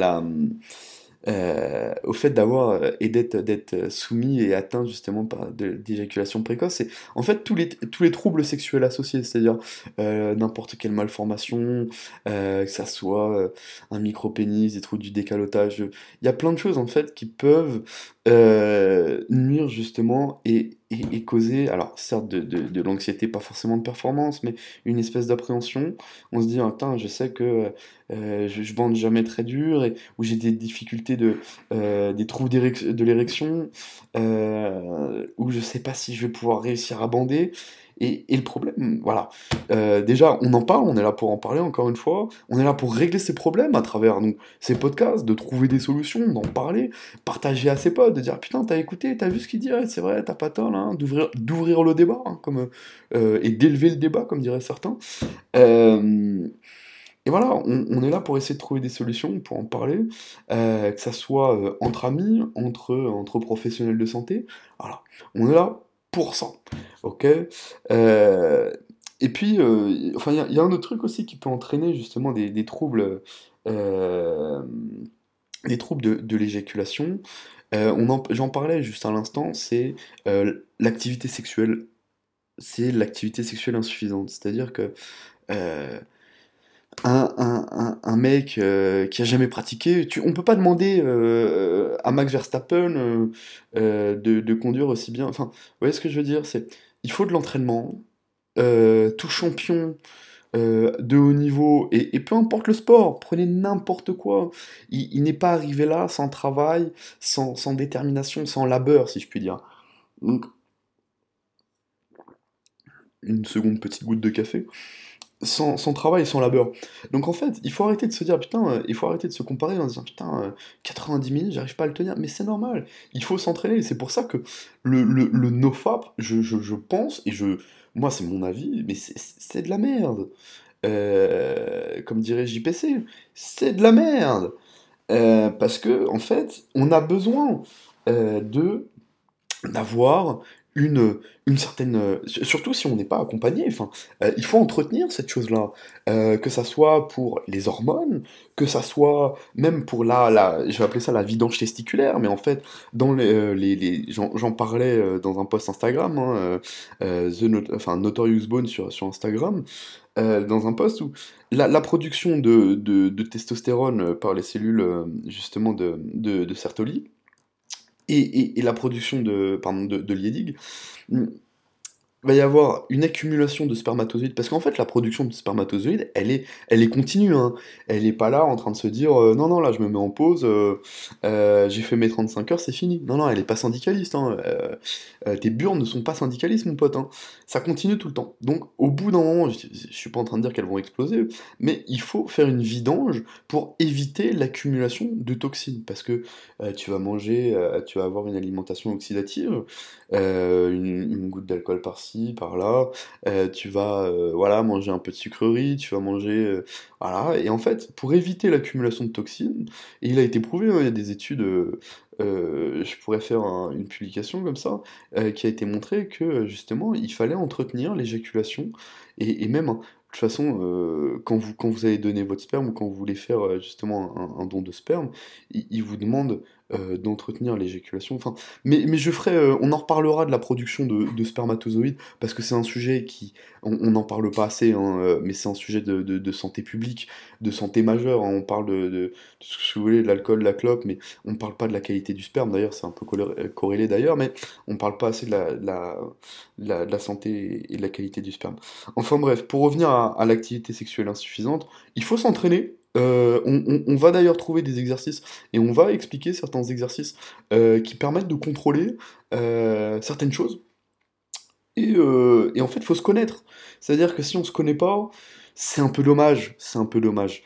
au fait d'avoir et d'être soumis et atteint justement par d'éjaculation précoce, c'est en fait tous les troubles sexuels associés, c'est-à-dire n'importe quelle malformation, que ça soit un micro-pénis, des troubles du décalotage, il y a plein de choses en fait qui peuvent nuire justement et causer, alors certes de l'anxiété, pas forcément de performance, mais une espèce d'appréhension. On se dit, ah, putain, je sais que je bande jamais très dur, où j'ai des difficultés des troubles de l'érection, où je sais pas si je vais pouvoir réussir à bander. Et le problème, voilà, déjà on en parle, on est là pour en parler encore une fois, on est là pour régler ces problèmes à travers donc, ces podcasts, de trouver des solutions, d'en parler, partager à ses potes, de dire putain t'as écouté, t'as vu ce qu'il dit, ouais, c'est vrai, t'as pas tort là, hein, d'ouvrir le débat, hein, et d'élever le débat comme diraient certains. Euh, et voilà, on est là pour essayer de trouver des solutions, pour en parler, que ça soit entre amis, entre professionnels de santé. Voilà, on est là pour ça, ok. Euh, et puis, enfin, il y a un autre truc aussi qui peut entraîner justement euh, des troubles de l'éjaculation. J'en parlais juste à l'instant, c'est l'activité sexuelle. C'est l'activité sexuelle insuffisante, c'est-à-dire que euh, un mec qui a jamais pratiqué, on peut pas demander à Max Verstappen de conduire aussi bien. Enfin, vous voyez ce que je veux dire? Il faut de l'entraînement. Tout champion de haut niveau, et peu importe le sport, prenez n'importe quoi. Il n'est pas arrivé là sans travail, sans détermination, sans labeur, si je puis dire. Donc, une seconde petite goutte de café. Sans travail et sans labeur. Donc en fait, il faut arrêter de se dire, putain, il faut arrêter de se comparer en disant, putain, 90 minutes, j'arrive pas à le tenir. Mais c'est normal, il faut s'entraîner. C'est pour ça que le NoFap, je pense, moi c'est mon avis, mais c'est de la merde. Comme dirait JPC, c'est de la merde. Parce que, en fait, on a besoin de d'avoir une certaine... surtout si on n'est pas accompagné, enfin, il faut entretenir cette chose-là, que ça soit pour les hormones, que ça soit même pour je vais appeler ça la vidange testiculaire, mais en fait, dans j'en parlais dans un post Instagram, hein, enfin, Notorious Bone sur Instagram, dans un post où la production de testostérone par les cellules justement de Sertoli, et la production de Liedig, va y avoir une accumulation de spermatozoïdes, parce qu'en fait la production de spermatozoïdes elle est continue, hein. Elle est pas là en train de se dire non non là je me mets en pause, j'ai fait mes 35 heures c'est fini. Non non, elle est pas syndicaliste, hein. Tes burnes ne sont pas syndicalistes mon pote, hein. Ça continue tout le temps. Donc au bout d'un moment, je suis pas en train de dire qu'elles vont exploser, mais il faut faire une vidange pour éviter l'accumulation de toxines, parce que tu vas manger, tu vas avoir une alimentation oxydative, une goutte d'alcool par-ci, par-là, tu vas voilà, manger un peu de sucreries, tu vas manger... voilà, et en fait, pour éviter l'accumulation de toxines, et il a été prouvé, hein, il y a des études, je pourrais faire une publication comme ça, qui a été montré que justement, il fallait entretenir l'éjaculation, et même, hein, de toute façon, quand vous allez donner votre sperme, ou quand vous voulez faire justement un don de sperme, il vous demande d'entretenir l'éjaculation. Enfin, mais on en reparlera de la production de spermatozoïdes, parce que c'est un sujet on n'en parle pas assez, hein, mais c'est un sujet de santé publique, de santé majeure, hein. On parle de ce que vous voulez, de l'alcool, de la clope, mais on ne parle pas de la qualité du sperme, d'ailleurs, c'est un peu corrélé d'ailleurs, mais on ne parle pas assez de la santé et de la qualité du sperme. Enfin bref, pour revenir à l'activité sexuelle insuffisante, il faut s'entraîner. On va d'ailleurs trouver des exercices, et on va expliquer certains exercices qui permettent de contrôler certaines choses. Et en fait, il faut se connaître. C'est-à-dire que si on se connaît pas, c'est un peu dommage. C'est un peu dommage.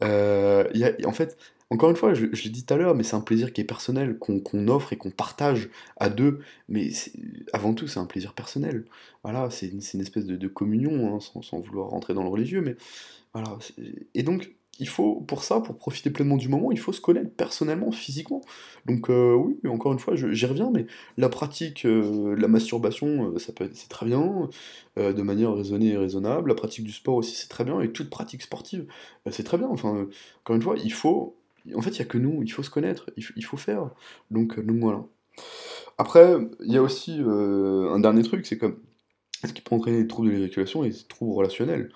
En fait, encore une fois, je l'ai dit tout à l'heure, mais c'est un plaisir qui est personnel, qu'on offre et qu'on partage à deux. Mais avant tout, c'est un plaisir personnel. Voilà, c'est une espèce de communion, hein, sans vouloir rentrer dans le religieux, mais voilà. Et donc, il faut, pour ça, pour profiter pleinement du moment, il faut se connaître personnellement, physiquement. Donc, oui, encore une fois, j'y reviens, mais la pratique de la masturbation, c'est très bien, de manière raisonnée et raisonnable. La pratique du sport aussi, c'est très bien, et toute pratique sportive, c'est très bien. Enfin, encore une fois, il faut. En fait, il n'y a que nous, il faut se connaître, il faut faire. Donc voilà. Après, il y a aussi un dernier truc, c'est comme ce qui peut entraîner des troubles de l'éjaculation et des troubles relationnels.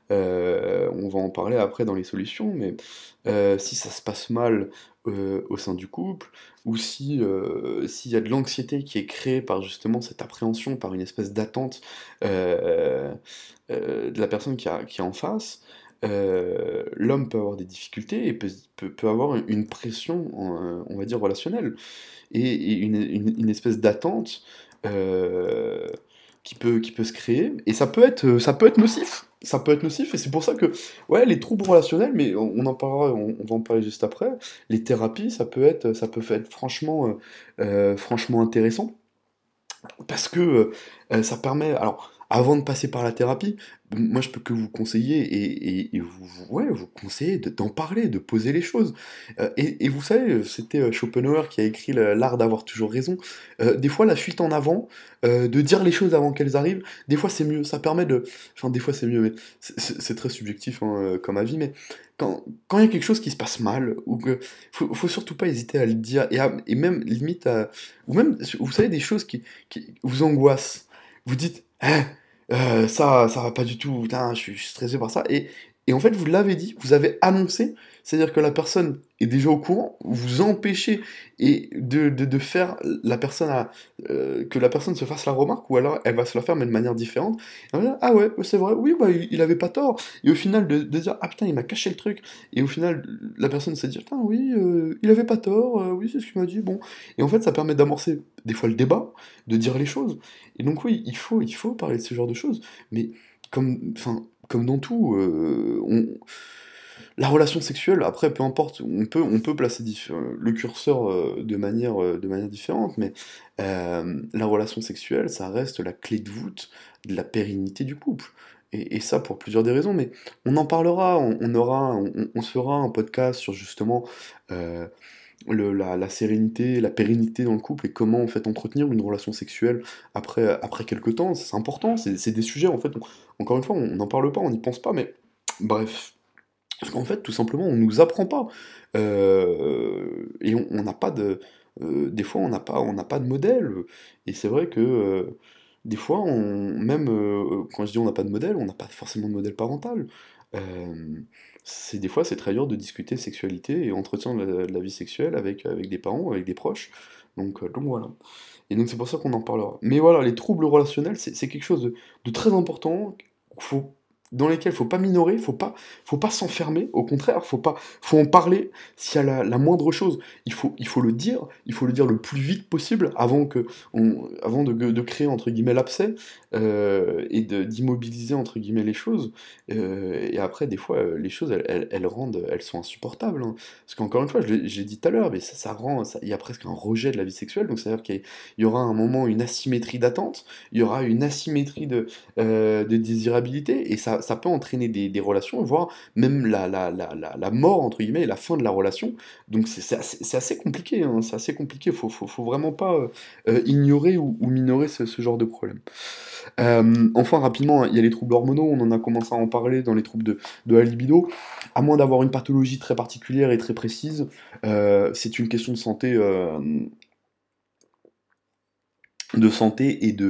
On va en parler après dans les solutions, mais si ça se passe mal au sein du couple, ou si s'il y a de l'anxiété qui est créée par justement cette appréhension, par une espèce d'attente euh, de la personne qui est en face, l'homme peut avoir des difficultés et peut avoir une pression, on va dire, relationnelle, et une espèce d'attente euh, qui peut se créer, et ça peut être nocif. Ça peut être nocif, et c'est pour ça que, ouais, les troubles relationnels, mais on en parlera, on va en parler juste après, les thérapies, ça peut être franchement intéressant. Parce que ça permet. Alors, avant de passer par la thérapie, moi je peux que vous conseiller et ouais, vous conseiller d'en parler, de poser les choses. Et vous savez, c'était Schopenhauer qui a écrit L'art d'avoir toujours raison. Des fois, la fuite en avant, de dire les choses avant qu'elles arrivent, des fois c'est mieux. Ça permet de. Enfin, des fois c'est mieux, mais c'est très subjectif hein, comme avis, mais quand il y a quelque chose qui se passe mal, ou que. Faut surtout pas hésiter à le dire, et même limite à. Ou même, vous savez, des choses qui vous angoisse. Vous dites, ça va pas du tout, putain, je suis stressé par ça. Et en fait, vous l'avez dit, vous avez annoncé, c'est-à-dire que la personne est déjà au courant, vous empêchez et de faire la personne que la personne se fasse la remarque, ou alors elle va se la faire, mais de manière différente. Et on va dire, ah ouais, c'est vrai, oui, bah, il avait pas tort. Et au final, de dire, ah putain, il m'a caché le truc. Et au final, la personne se dit, putain, oui, il avait pas tort, oui, c'est ce qu'il m'a dit, bon. Et en fait, ça permet d'amorcer des fois le débat, de dire les choses. Et donc oui, il faut parler de ce genre de choses, mais enfin, comme dans tout, la relation sexuelle, après, peu importe, on peut placer le curseur de manière différente, mais la relation sexuelle, ça reste la clé de voûte de la pérennité du couple. Et ça pour plusieurs des raisons, mais on en parlera, on se fera un podcast sur justement euh, la sérénité, la pérennité dans le couple, et comment en fait entretenir une relation sexuelle après quelques temps. C'est important, c'est des sujets en fait, encore une fois, on n'en parle pas, on n'y pense pas, mais bref. Parce qu'en fait, tout simplement, on nous apprend pas. Et on n'a pas de. Des fois, on n'a pas de modèle. Et c'est vrai que des fois, même quand je dis on n'a pas de modèle, on n'a pas forcément de modèle parental. Des fois, c'est très dur de discuter sexualité et entretien de la vie sexuelle avec des parents, avec des proches. Donc voilà. Et donc c'est pour ça qu'on en parlera. Mais voilà, les troubles relationnels, c'est quelque chose de très important, faut, dans lesquels faut pas minorer, faut pas s'enfermer. Au contraire, faut en parler. S'il y a la moindre chose, il faut le dire le plus vite possible avant de créer entre guillemets l'abcès et d'immobiliser entre guillemets les choses. Et après, des fois, les choses elles sont insupportables, hein. Parce qu'encore une fois, je l'ai dit tout à l'heure, mais ça rend, il y a presque un rejet de la vie sexuelle. Donc c'est-à-dire qu'il y aura un moment une asymétrie d'attente, il y aura une asymétrie de désirabilité, et ça peut entraîner des relations, voire même la mort, entre guillemets, et la fin de la relation. Donc c'est assez compliqué, hein, c'est assez compliqué, faut vraiment pas ignorer ou minorer ce genre de problème. Enfin, rapidement, il y a les troubles hormonaux, on en a commencé à en parler dans les troubles de la libido. À moins d'avoir une pathologie très particulière et très précise, c'est une question de santé et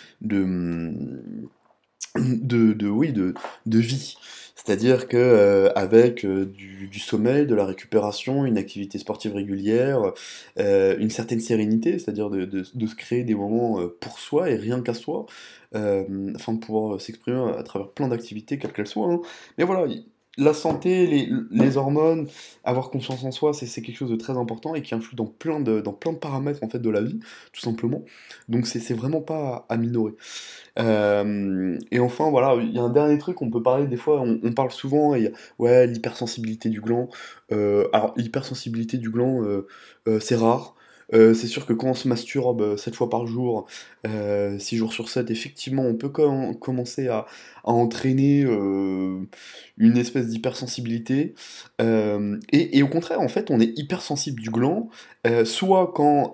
oui, de vie. C'est-à-dire que avec du sommeil, de la récupération, une activité sportive régulière, une certaine sérénité, c'est-à-dire de se créer des moments pour soi et rien qu'à soi, afin de pouvoir s'exprimer à travers plein d'activités, quelles qu'elles soient, hein. Mais voilà, la santé, les hormones, avoir confiance en soi, c'est quelque chose de très important et qui influe dans plein de paramètres en fait de la vie, tout simplement. Donc c'est vraiment pas à minorer. Et enfin, voilà, il y a un dernier truc, on peut parler des fois, on parle souvent, ouais, l'hypersensibilité du gland. Alors, l'hypersensibilité du gland, c'est rare. C'est sûr que quand on se masturbe 7 fois par jour, 6 jours sur 7, effectivement, on peut commencer à entraîner une espèce d'hypersensibilité. Et au contraire, en fait, on est hypersensible du gland, soit quand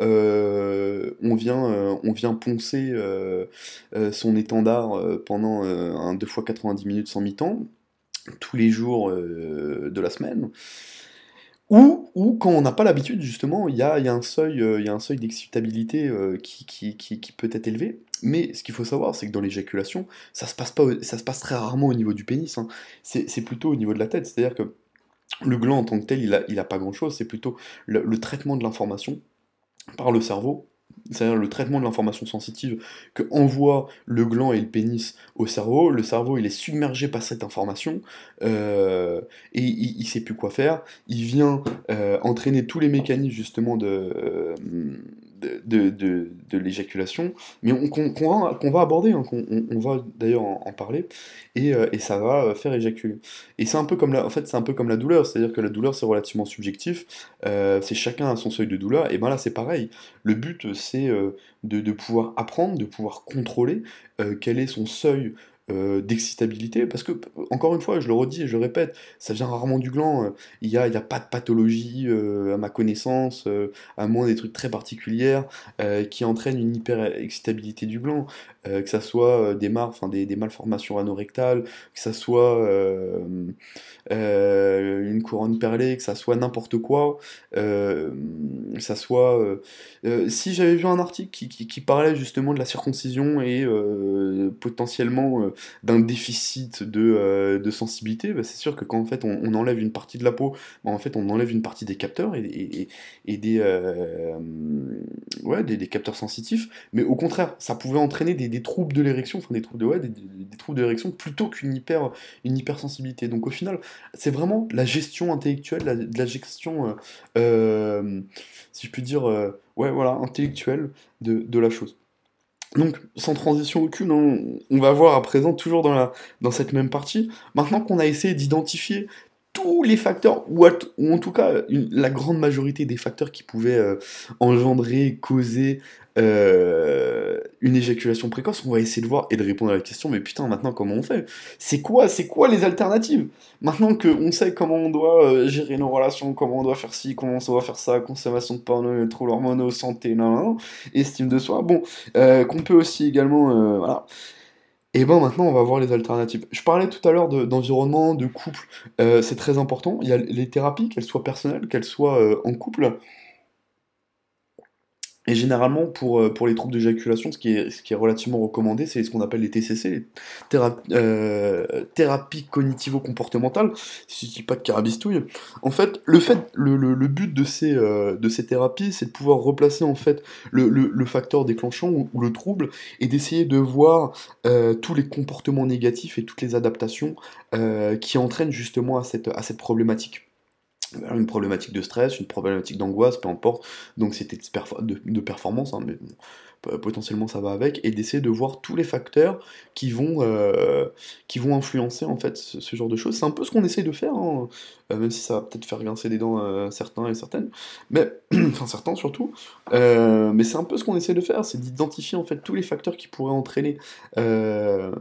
on vient poncer son étendard pendant un 2 fois 90 minutes sans mi-temps, tous les jours de la semaine, ou quand on n'a pas l'habitude, justement, il y a un seuil d'excitabilité qui peut être élevé. Mais ce qu'il faut savoir, c'est que dans l'éjaculation, ça se passe très rarement au niveau du pénis, hein. C'est plutôt au niveau de la tête. C'est-à-dire que le gland en tant que tel, il a pas grand-chose. C'est plutôt le traitement de l'information par le cerveau, c'est-à-dire le traitement de l'information sensitive que envoie le gland et le pénis au cerveau. Le cerveau, il est submergé par cette information et il sait plus quoi faire. Il vient entraîner tous les mécanismes justement de l'éjaculation, mais qu'on va aborder, hein, on va d'ailleurs en parler, et ça va faire éjaculer. Et c'est un peu comme en fait, c'est un peu comme la douleur, c'est-à-dire que la douleur c'est relativement subjectif, c'est chacun à son seuil de douleur, et ben là c'est pareil. Le but, c'est de pouvoir apprendre, de pouvoir contrôler quel est son seuil d'excitabilité, parce que, encore une fois, je le redis et je le répète, ça vient rarement du gland, il y a pas de pathologie, à ma connaissance, à moins des trucs très particulières, qui entraînent une hyper-excitabilité du gland, que ça soit enfin, des malformations anorectales, que ça soit une couronne perlée, que ça soit n'importe quoi, que ça soit... si j'avais vu un article qui parlait justement de la circoncision et potentiellement d'un déficit de sensibilité, bah, c'est sûr que quand en fait on enlève une partie de la peau, bah, en fait on enlève une partie des capteurs et ouais, des capteurs sensitifs, mais au contraire, ça pouvait entraîner des troubles de l'érection, enfin des troubles de, ouais, des troubles de l'érection plutôt une hypersensibilité. Donc au final, c'est vraiment la gestion intellectuelle, de la gestion, si je puis dire, ouais, voilà, intellectuelle de la chose. Donc, sans transition aucune, hein, on va voir à présent, toujours dans cette même partie, maintenant qu'on a essayé d'identifier tous les facteurs, ou en tout cas la grande majorité des facteurs qui pouvaient engendrer, causer une éjaculation précoce, on va essayer de voir et de répondre à la question, mais putain, maintenant comment on fait? C'est quoi les alternatives? Maintenant qu'on sait comment on doit gérer nos relations, comment on doit faire ci, comment on doit faire ça, consommation de porno, troubles hormonaux, santé, nan, nan, nan, estime de soi, bon, qu'on peut aussi également, voilà. Et ben maintenant, on va voir les alternatives. Je parlais tout à l'heure d'environnement, de couple, c'est très important. Il y a les thérapies, qu'elles soient personnelles, qu'elles soient en couple. Et généralement, pour les troubles d'éjaculation, ce qui est relativement recommandé, c'est ce qu'on appelle les TCC, les thérapies cognitivo-comportementales, si je dis pas de carabistouille. En fait, le but de ces thérapies, c'est de pouvoir replacer en fait le facteur déclenchant ou le trouble, et d'essayer de voir tous les comportements négatifs et toutes les adaptations qui entraînent justement à cette problématique. Une problématique de stress, une problématique d'angoisse, peu importe, donc c'était de performance, hein, mais bon, potentiellement ça va avec, et d'essayer de voir tous les facteurs qui vont influencer en fait ce genre de choses. C'est un peu ce qu'on essaye de faire, hein, même si ça va peut-être faire grincer des dents certains et certaines, mais enfin certains surtout, mais c'est un peu ce qu'on essaie de faire, c'est d'identifier en fait tous les facteurs qui pourraient entraîner euh,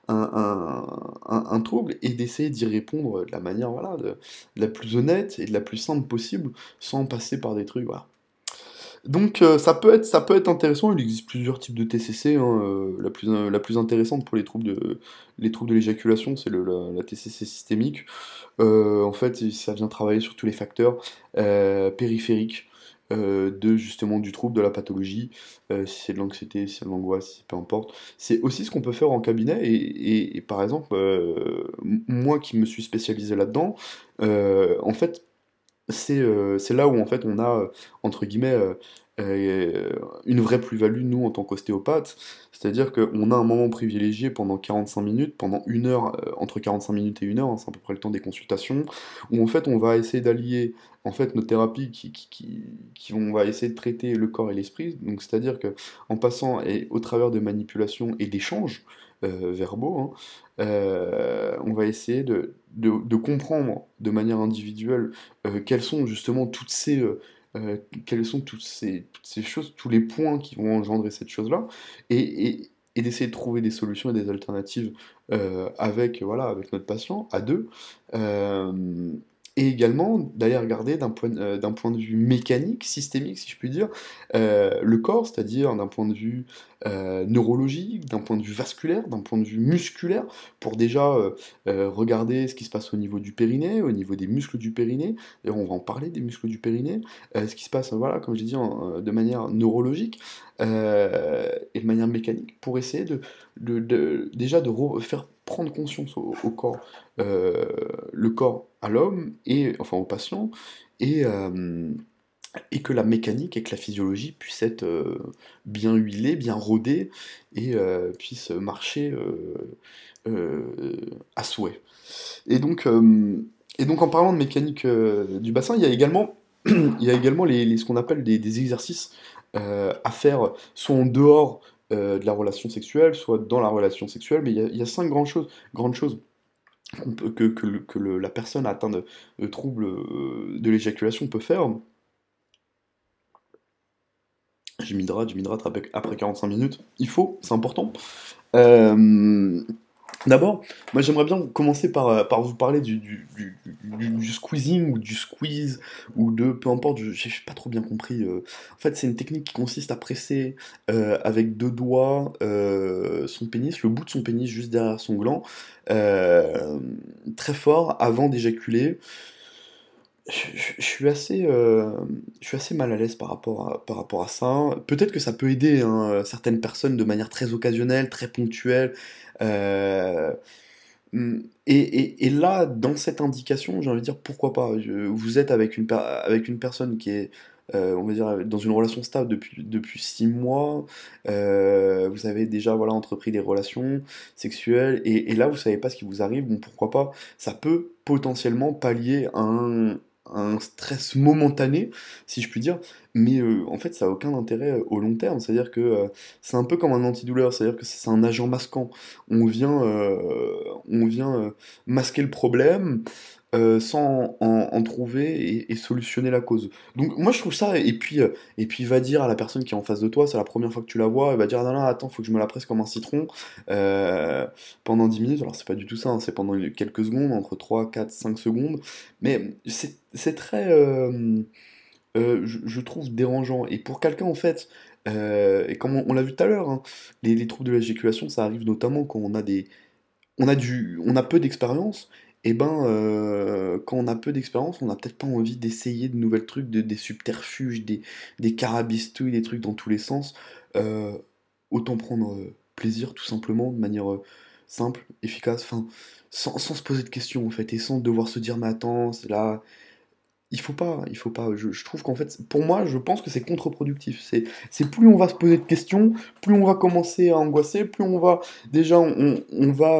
un trouble et d'essayer d'y répondre de la manière voilà, de la plus honnête et de la plus simple possible, sans passer par des trucs, voilà. Donc ça peut être intéressant, il existe plusieurs types de TCC, hein, la plus intéressante pour les troubles de l'éjaculation, c'est la TCC systémique. En fait, ça vient travailler sur tous les facteurs périphériques justement du trouble, de la pathologie, si c'est de l'anxiété, si c'est de l'angoisse, peu importe. C'est aussi ce qu'on peut faire en cabinet, et par exemple, moi qui me suis spécialisé là-dedans, en fait, c'est là où en fait on a, entre guillemets, une vraie plus-value, nous, en tant qu'ostéopathe. C'est-à-dire qu'on a un moment privilégié pendant 45 minutes, pendant 1 heure, entre 45 minutes et 1 heure, hein, c'est à peu près le temps des consultations, où en fait on va essayer d'allier en fait nos thérapies on va essayer de traiter le corps et l'esprit. Donc c'est-à-dire que en passant et au travers de manipulations et d'échanges verbaux, hein, on va essayer de comprendre de manière individuelle quelles sont justement quelles sont toutes ces choses, tous les points qui vont engendrer cette chose-là, et d'essayer de trouver des solutions et des alternatives avec, voilà, avec notre patient, à deux. Euh, et également d'aller regarder d'un point de vue mécanique, systémique, si je puis dire, le corps, c'est-à-dire d'un point de vue neurologique, d'un point de vue vasculaire, d'un point de vue musculaire, pour déjà regarder ce qui se passe au niveau du périnée, au niveau des muscles du périnée. D'ailleurs, on va en parler des muscles du périnée, ce qui se passe, voilà, comme j'ai dit, de manière neurologique et de manière mécanique, pour essayer déjà de faire prendre conscience au corps, le corps à l'homme, et enfin au patient, et, euh, et que la mécanique et que la physiologie puissent être bien huilées, bien rodées, et puissent marcher à souhait. Et donc, euh, et donc en parlant de mécanique du bassin, il y a également, il y a également ce qu'on appelle des exercices à faire, soit en dehors de la relation sexuelle, soit dans la relation sexuelle, mais il y a 5 grandes choses la personne atteinte de troubles de l'éjaculation peut faire. Je m'hydrate après 45 minutes. Il faut, c'est important. Euh, D'abord, moi j'aimerais bien commencer par vous parler du squeezing ou du squeeze ou de peu importe, j'ai pas trop bien compris. En fait, c'est une technique qui consiste à presser avec 2 doigts son pénis, le bout de son pénis juste derrière son gland, euh, très fort avant d'éjaculer. Je suis assez mal à l'aise par rapport à ça. Peut-être que ça peut aider hein, certaines personnes de manière très occasionnelle, très ponctuelle. euh, et là, dans cette indication, j'ai envie de dire pourquoi pas. Vous êtes avec une personne qui est, on va dire, dans une relation stable depuis 6 mois. Vous avez déjà voilà, entrepris des relations sexuelles. Et là, vous savez pas ce qui vous arrive. Bon, pourquoi pas. Ça peut potentiellement pallier un stress momentané, si je puis dire. Mais en fait, ça n'a aucun intérêt au long terme. C'est-à-dire que c'est un peu comme un antidouleur. C'est-à-dire que c'est un agent masquant. On vient masquer le problème sans en trouver et solutionner la cause. Donc moi je trouve ça, et puis va dire à la personne qui est en face de toi, c'est la première fois que tu la vois, elle va dire ah non, non attends, faut que je me la presse comme un citron euh, pendant 10 minutes, alors c'est pas du tout ça, hein, c'est pendant quelques secondes, entre 3 4 5 secondes, mais c'est très, je trouve dérangeant. Et pour quelqu'un, en fait, et comme on l'a vu tout à l'heure, hein, les troubles de l'éjaculation, ça arrive notamment quand on a peu d'expérience. Et ben, quand on a peu d'expérience, on n'a peut-être pas envie d'essayer de nouvelles trucs, des subterfuges, des carabistouilles, des trucs dans tous les sens. Euh, Autant prendre plaisir, tout simplement, de manière simple, efficace, enfin, sans se poser de questions, en fait, et sans devoir se dire, mais attends, c'est là, il faut pas. Je trouve qu'en fait, pour moi, je pense que c'est contre-productif. C'est plus on va se poser de questions, plus on va commencer à angoisser, plus on va déjà on va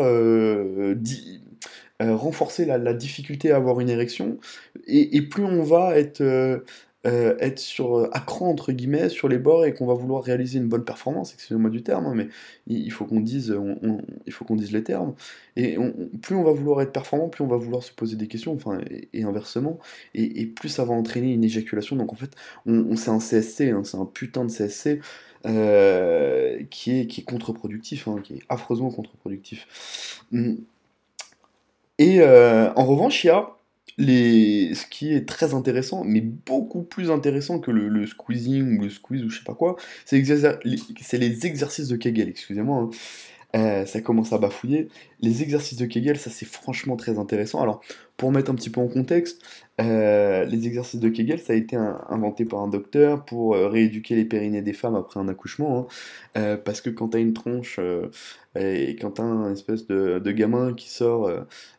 renforcer la difficulté à avoir une érection, et plus on va être sur à cran entre guillemets sur les bords et qu'on va vouloir réaliser une bonne performance. Excusez-moi du terme, hein, mais il faut qu'on dise, il faut qu'on dise les termes. Et plus on va vouloir être performant, plus on va vouloir se poser des questions, enfin, et inversement, et plus ça va entraîner une éjaculation. Donc en fait, c'est un CSC, hein, c'est un putain de CSC qui est contre-productif, hein, qui est affreusement contre-productif. Et en revanche, il y a ce qui est très intéressant, mais beaucoup plus intéressant que le squeezing ou le squeeze ou je sais pas quoi, c'est les exercices de Kegel, excusez-moi, hein. ça commence à bafouiller. Les exercices de Kegel, ça c'est franchement très intéressant. Alors, pour mettre un petit peu en contexte, les exercices de Kegel, ça a été inventé par un docteur pour rééduquer les périnées des femmes après un accouchement, hein. Parce que quand t'as une tronche et quand t'as un espèce de gamin qui sort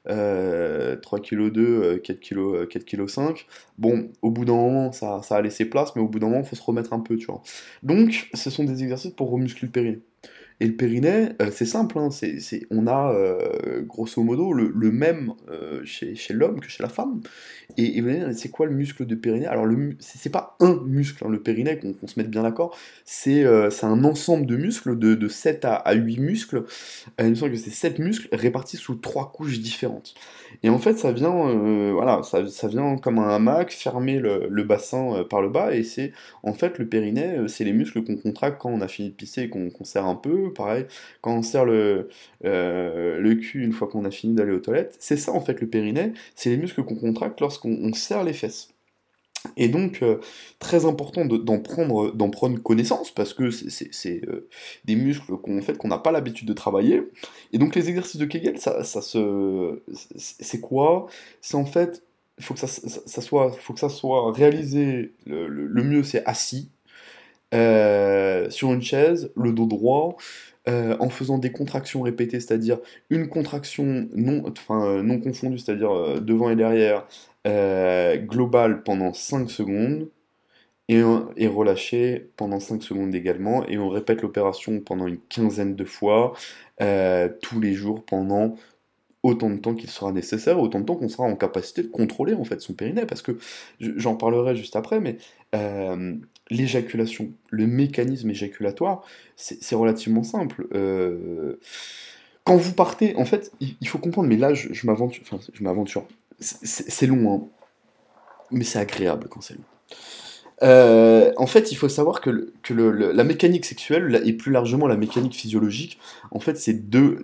3,2 kg, 4,5 kg, bon, au bout d'un moment, ça a laissé place, mais au bout d'un moment, il faut se remettre un peu, tu vois. Donc, ce sont des exercices pour remuscler le périnée. Et le périnée, c'est simple, hein, on a grosso modo le même chez l'homme que chez la femme. Et vous allez dire, c'est quoi le muscle de périnée? Alors, c'est pas un muscle, hein, le périnée, qu'on se mette bien d'accord, c'est un ensemble de muscles, de 7 à 8 muscles. Il me semble que c'est 7 muscles répartis sous 3 couches différentes. Et en fait, ça vient, voilà, ça vient comme un hamac, fermer le bassin par le bas, et c'est en fait le périnée, c'est les muscles qu'on contracte quand on a fini de pisser et qu'on serre un peu, pareil, quand on serre le cul une fois qu'on a fini d'aller aux toilettes. C'est ça en fait le périnée, c'est les muscles qu'on contracte lorsqu'on serre les fesses. Et donc, très important d'en prendre connaissance, parce que c'est des muscles en fait, qu'on n'a pas l'habitude de travailler. Et donc les exercices de Kegel, c'est quoi? C'est en fait, il faut que faut que ça soit réalisé, le mieux c'est assis, sur une chaise, le dos droit, en faisant des contractions répétées, c'est-à-dire une contraction non confondue, c'est-à-dire devant et derrière, globale pendant 5 secondes, et relâchée pendant 5 secondes également, et on répète l'opération pendant une quinzaine de fois, tous les jours pendant autant de temps qu'il sera nécessaire, autant de temps qu'on sera en capacité de contrôler en fait son périnée, parce que j'en parlerai juste après, mais euh, l'éjaculation, le mécanisme éjaculatoire, c'est relativement simple. Quand vous partez, en fait, il faut comprendre, mais là je m'aventure. C'est long, hein, mais c'est agréable quand c'est long. En fait, il faut savoir que la mécanique sexuelle, et plus largement la mécanique physiologique, en fait, c'est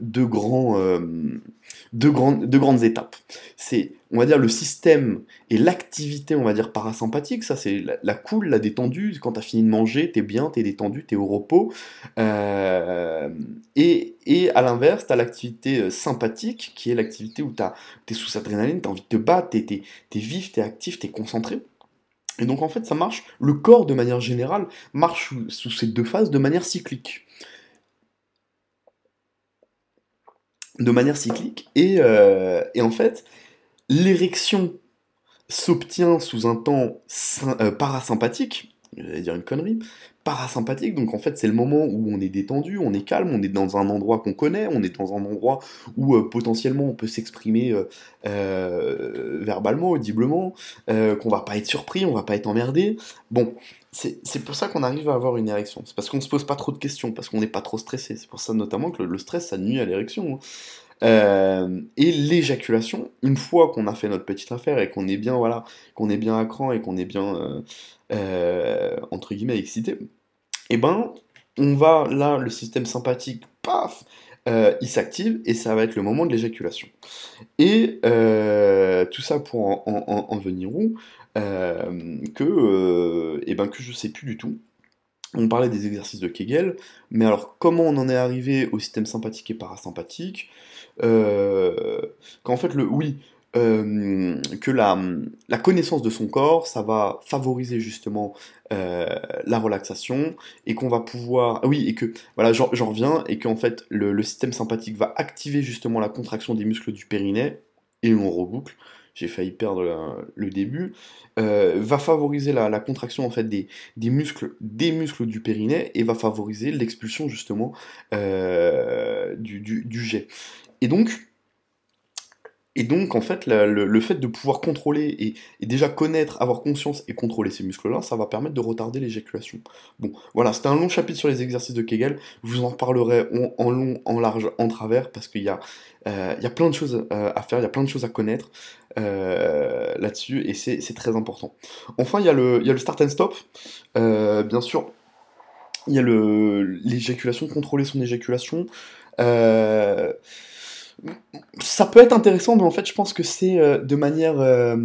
deux grandes étapes. C'est, on va dire, le système et l'activité, on va dire, parasympathique. Ça, c'est la cool, la détendue. Quand t'as fini de manger, t'es bien, t'es détendu, t'es au repos. Et à l'inverse, t'as l'activité sympathique, qui est l'activité où t'es sous adrénaline, t'as envie de te battre, t'es vif, t'es actif, t'es concentré. Et donc en fait, ça marche, le corps de manière générale marche sous ces deux phases de manière cyclique. De manière cyclique, et en fait, l'érection s'obtient sous un temps parasympathique, j'allais dire une connerie, parasympathique, donc en fait c'est le moment où on est détendu, on est calme, on est dans un endroit qu'on connaît, on est dans un endroit où potentiellement on peut s'exprimer verbalement, audiblement, qu'on va pas être surpris, on va pas être emmerdé. Bon, c'est pour ça qu'on arrive à avoir une érection, c'est parce qu'on se pose pas trop de questions, parce qu'on n'est pas trop stressé, c'est pour ça notamment que le stress ça nuit à l'érection, hein. Et l'éjaculation, une fois qu'on a fait notre petite affaire et qu'on est bien, voilà, qu'on est bien à cran et qu'on est bien, entre guillemets, excité, et ben, on va, là, le système sympathique, paf, il s'active et ça va être le moment de l'éjaculation. Et tout ça pour en venir où que je sais plus du tout. On parlait des exercices de Kegel, mais alors comment on en est arrivé au système sympathique et parasympathique? euh, Qu'en fait, oui, que la connaissance de son corps, ça va favoriser justement euh, la relaxation, et qu'on va pouvoir... Ah oui, et que, voilà, j'en reviens, et qu'en fait, le système sympathique va activer justement la contraction des muscles du périnée, et on reboucle, j'ai failli perdre le début, va favoriser la contraction en fait des muscles du périnée, et va favoriser l'expulsion justement du jet. Et donc, en fait, le fait de pouvoir contrôler et déjà connaître, avoir conscience et contrôler ces muscles-là, ça va permettre de retarder l'éjaculation. Bon, voilà, c'était un long chapitre sur les exercices de Kegel. Je vous en reparlerai en long, en large, en travers, parce il y a plein de choses à faire, il y a plein de choses à connaître là-dessus, et c'est très important. Enfin, il y a le start and stop. Bien sûr, il y a l'éjaculation, contrôler son éjaculation. Euh, Ça peut être intéressant, mais en fait, je pense que c'est de manière.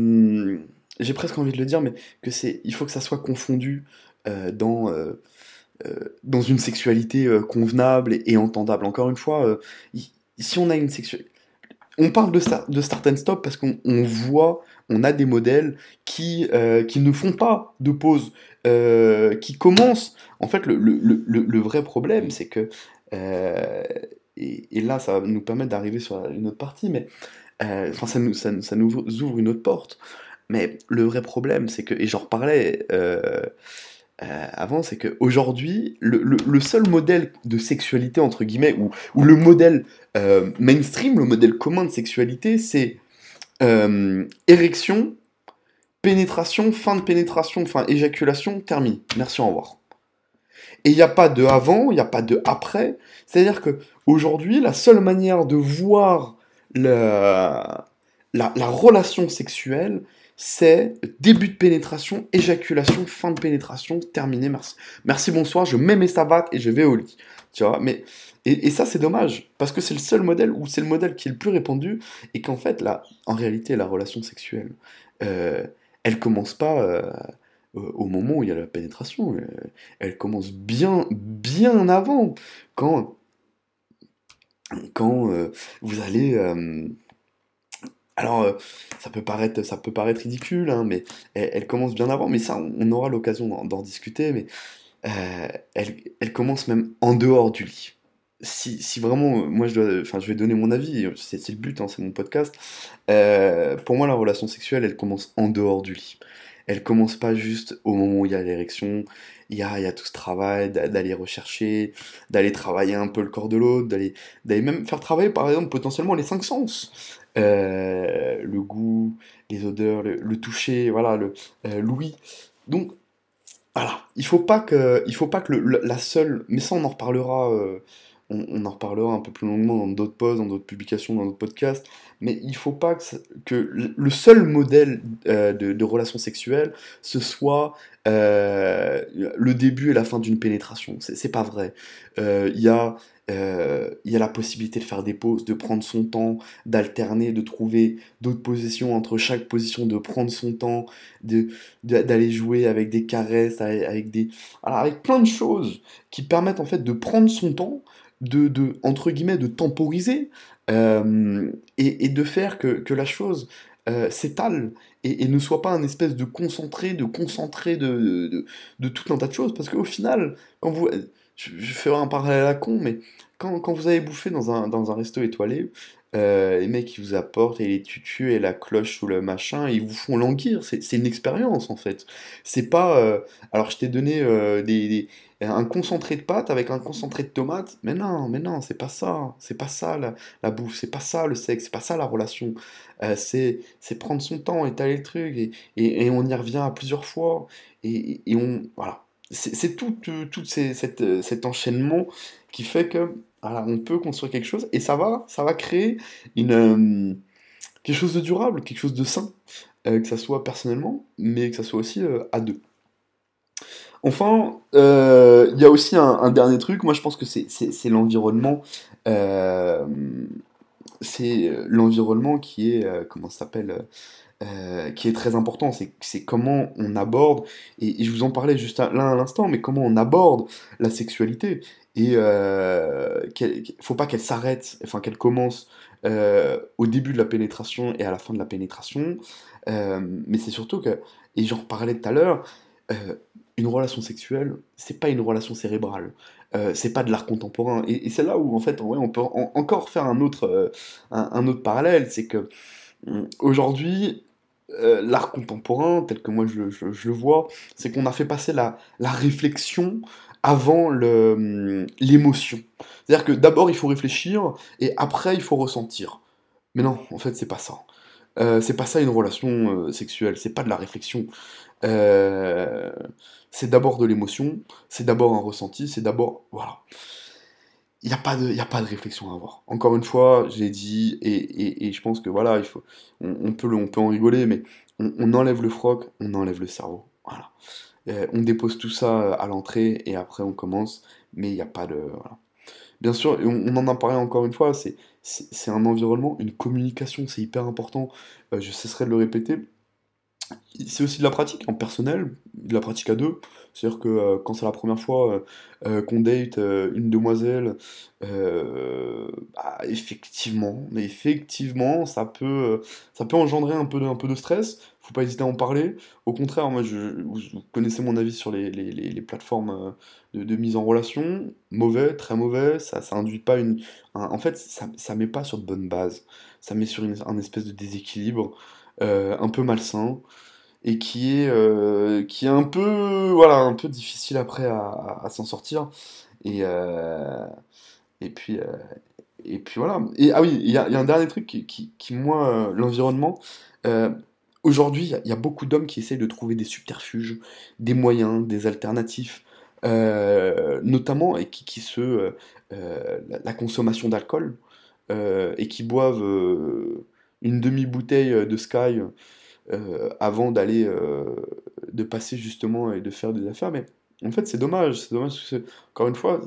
J'ai presque envie de le dire, mais il faut que ça soit confondu dans dans une sexualité convenable et entendable. Encore une fois, si on a une sexualité... On parle de start and stop parce qu'on voit, on a des modèles qui ne font pas de pause, qui commencent. En fait, le vrai problème, c'est que... euh, et là, ça va nous permettre d'arriver sur une autre partie, mais enfin, ça nous ouvre une autre porte. Mais le vrai problème, c'est que, et j'en reparlais avant, c'est qu'aujourd'hui, le seul modèle de sexualité, entre guillemets, ou le modèle mainstream, le modèle commun de sexualité, c'est érection, pénétration, fin de pénétration, fin éjaculation, terminé. Merci, au revoir. Et il n'y a pas de avant, il n'y a pas de après. C'est-à-dire que aujourd'hui, la seule manière de voir la relation sexuelle, c'est début de pénétration, éjaculation, fin de pénétration, terminé, merci. Merci, bonsoir, je mets mes savates et je vais au lit. Tu vois, mais... Et ça, c'est dommage, parce que c'est le seul modèle, ou c'est le modèle qui est le plus répandu, et qu'en fait, là, en réalité, la relation sexuelle, euh, elle commence pas au moment où il y a la pénétration. Elle commence bien, bien avant, quand, quand vous allez... alors, ça peut paraître ridicule, hein, mais elle commence bien avant, mais ça, on aura l'occasion d'en discuter, mais elle commence même en dehors du lit. Si vraiment, moi, enfin, je vais donner mon avis, c'est le but, hein, c'est mon podcast. Pour moi, la relation sexuelle, elle commence en dehors du lit. Elle commence pas juste au moment où il y a l'érection, il y a tout ce travail d'aller rechercher, d'aller travailler un peu le corps de l'autre, d'aller même faire travailler, par exemple, potentiellement les cinq sens. Le goût, les odeurs, le toucher, voilà, l'ouïe. Donc, voilà, il faut pas que la seule, mais ça on en reparlera, on en reparlera un peu plus longuement dans d'autres posts, dans d'autres publications, dans d'autres podcasts, mais il faut pas que le seul modèle de relation sexuelle, ce soit le début et la fin d'une pénétration. C'est pas vrai. Il y a la possibilité de faire des pauses, de prendre son temps, d'alterner, de trouver d'autres positions entre chaque position, de prendre son temps, d'aller jouer avec des caresses, avec des, voilà, avec plein de choses qui permettent en fait de prendre son temps, entre guillemets, de temporiser et de faire que la chose s'étale et ne soit pas un espèce de concentré de tout un tas de choses. Parce qu'au final, quand vous, je ferai un parallèle à con, mais quand vous avez bouffé dans un resto étoilé, les mecs ils vous apportent et les tutus et la cloche sous le machin, et ils vous font languir. C'est une expérience en fait. C'est pas. Alors je t'ai donné un concentré de pâtes avec un concentré de tomates. Mais non, c'est pas ça. C'est pas ça la bouffe. C'est pas ça le sexe. C'est pas ça la relation. C'est prendre son temps, étaler le truc et on y revient à plusieurs fois. Et on. Voilà. C'est tout cet enchaînement qui fait que voilà, on peut construire quelque chose et ça va créer quelque chose de durable, quelque chose de sain, que ça soit personnellement, mais que ça soit aussi à deux. Enfin, il y a aussi un dernier truc, moi je pense que c'est l'environnement, euh, c'est l'environnement qui est, comment ça s'appelle, qui est très important, c'est comment on aborde, et je vous en parlais juste là à l'instant, mais comment on aborde la sexualité, et faut pas qu'elle s'arrête, enfin qu'elle commence au début de la pénétration et à la fin de la pénétration, mais c'est surtout que, et j'en reparlais tout à l'heure, euh, une relation sexuelle, c'est pas une relation cérébrale. C'est pas de l'art contemporain. Et c'est là où, en fait, en vrai, on peut encore faire un autre parallèle. C'est que aujourd'hui, l'art contemporain, tel que moi je le vois, c'est qu'on a fait passer la réflexion avant l'émotion. C'est-à-dire que d'abord il faut réfléchir et après il faut ressentir. Mais non, en fait c'est pas ça. C'est pas ça une relation sexuelle, c'est pas de la réflexion. Euh, c'est d'abord de l'émotion, c'est d'abord un ressenti, c'est d'abord... Voilà. Il y a pas de réflexion à avoir. Encore une fois, je l'ai dit, et je pense que voilà, on peut en rigoler, mais on enlève le froc, on enlève le cerveau. Voilà. On dépose tout ça à l'entrée, et après on commence, mais il n'y a pas de... Voilà. Bien sûr, et on en a parlé encore une fois, c'est un environnement, une communication, c'est hyper important, je cesserai de le répéter. c'est aussi de la pratique en personnel, de la pratique à deux. C'est-à-dire que quand c'est la première fois qu'on date une demoiselle, effectivement, ça peut engendrer un peu de stress. Faut pas hésiter à en parler. Au contraire, moi, vous connaissez mon avis sur les plateformes de mise en relation. Mauvais, très mauvais. Ça induit pas en fait, ça met pas sur de bonnes bases. Ça met sur un espèce de déséquilibre un peu malsain et qui est un peu, voilà, un peu difficile après à s'en sortir. Et, euh, et puis, euh, et puis voilà. Et ah oui, il y a un dernier truc moi, l'environnement. euh, Aujourd'hui, il y a beaucoup d'hommes qui essayent de trouver des subterfuges, des moyens, des alternatifs, notamment et la consommation d'alcool, et qui boivent une demi-bouteille de Sky avant de passer justement et de faire des affaires. Mais en fait, c'est dommage parce que, encore une fois,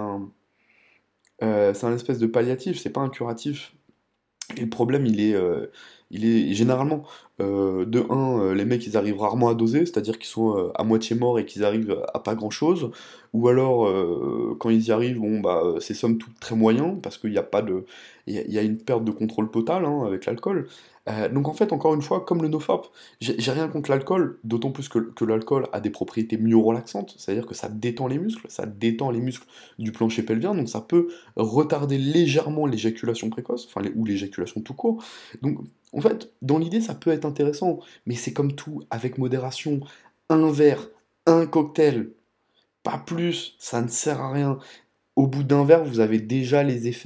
c'est un espèce de palliatif, c'est pas un curatif. Et le problème, il est généralement, de un, les mecs, ils arrivent rarement à doser, c'est-à-dire qu'ils sont à moitié morts et qu'ils arrivent à pas grand-chose. Ou alors, quand ils y arrivent, bon, bah, c'est somme toute très moyen, parce qu'il y a pas de, il y a une perte de contrôle totale hein, avec l'alcool. Donc en fait, encore une fois, comme le NoFap, j'ai rien contre l'alcool, d'autant plus que l'alcool a des propriétés myorelaxantes, c'est-à-dire que ça détend les muscles du plancher pelvien, donc ça peut retarder légèrement l'éjaculation précoce, ou l'éjaculation tout court. Donc, en fait, dans l'idée, ça peut être intéressant, mais c'est comme tout, avec modération. Un verre, un cocktail, pas plus, ça ne sert à rien. Au bout d'un verre, vous avez déjà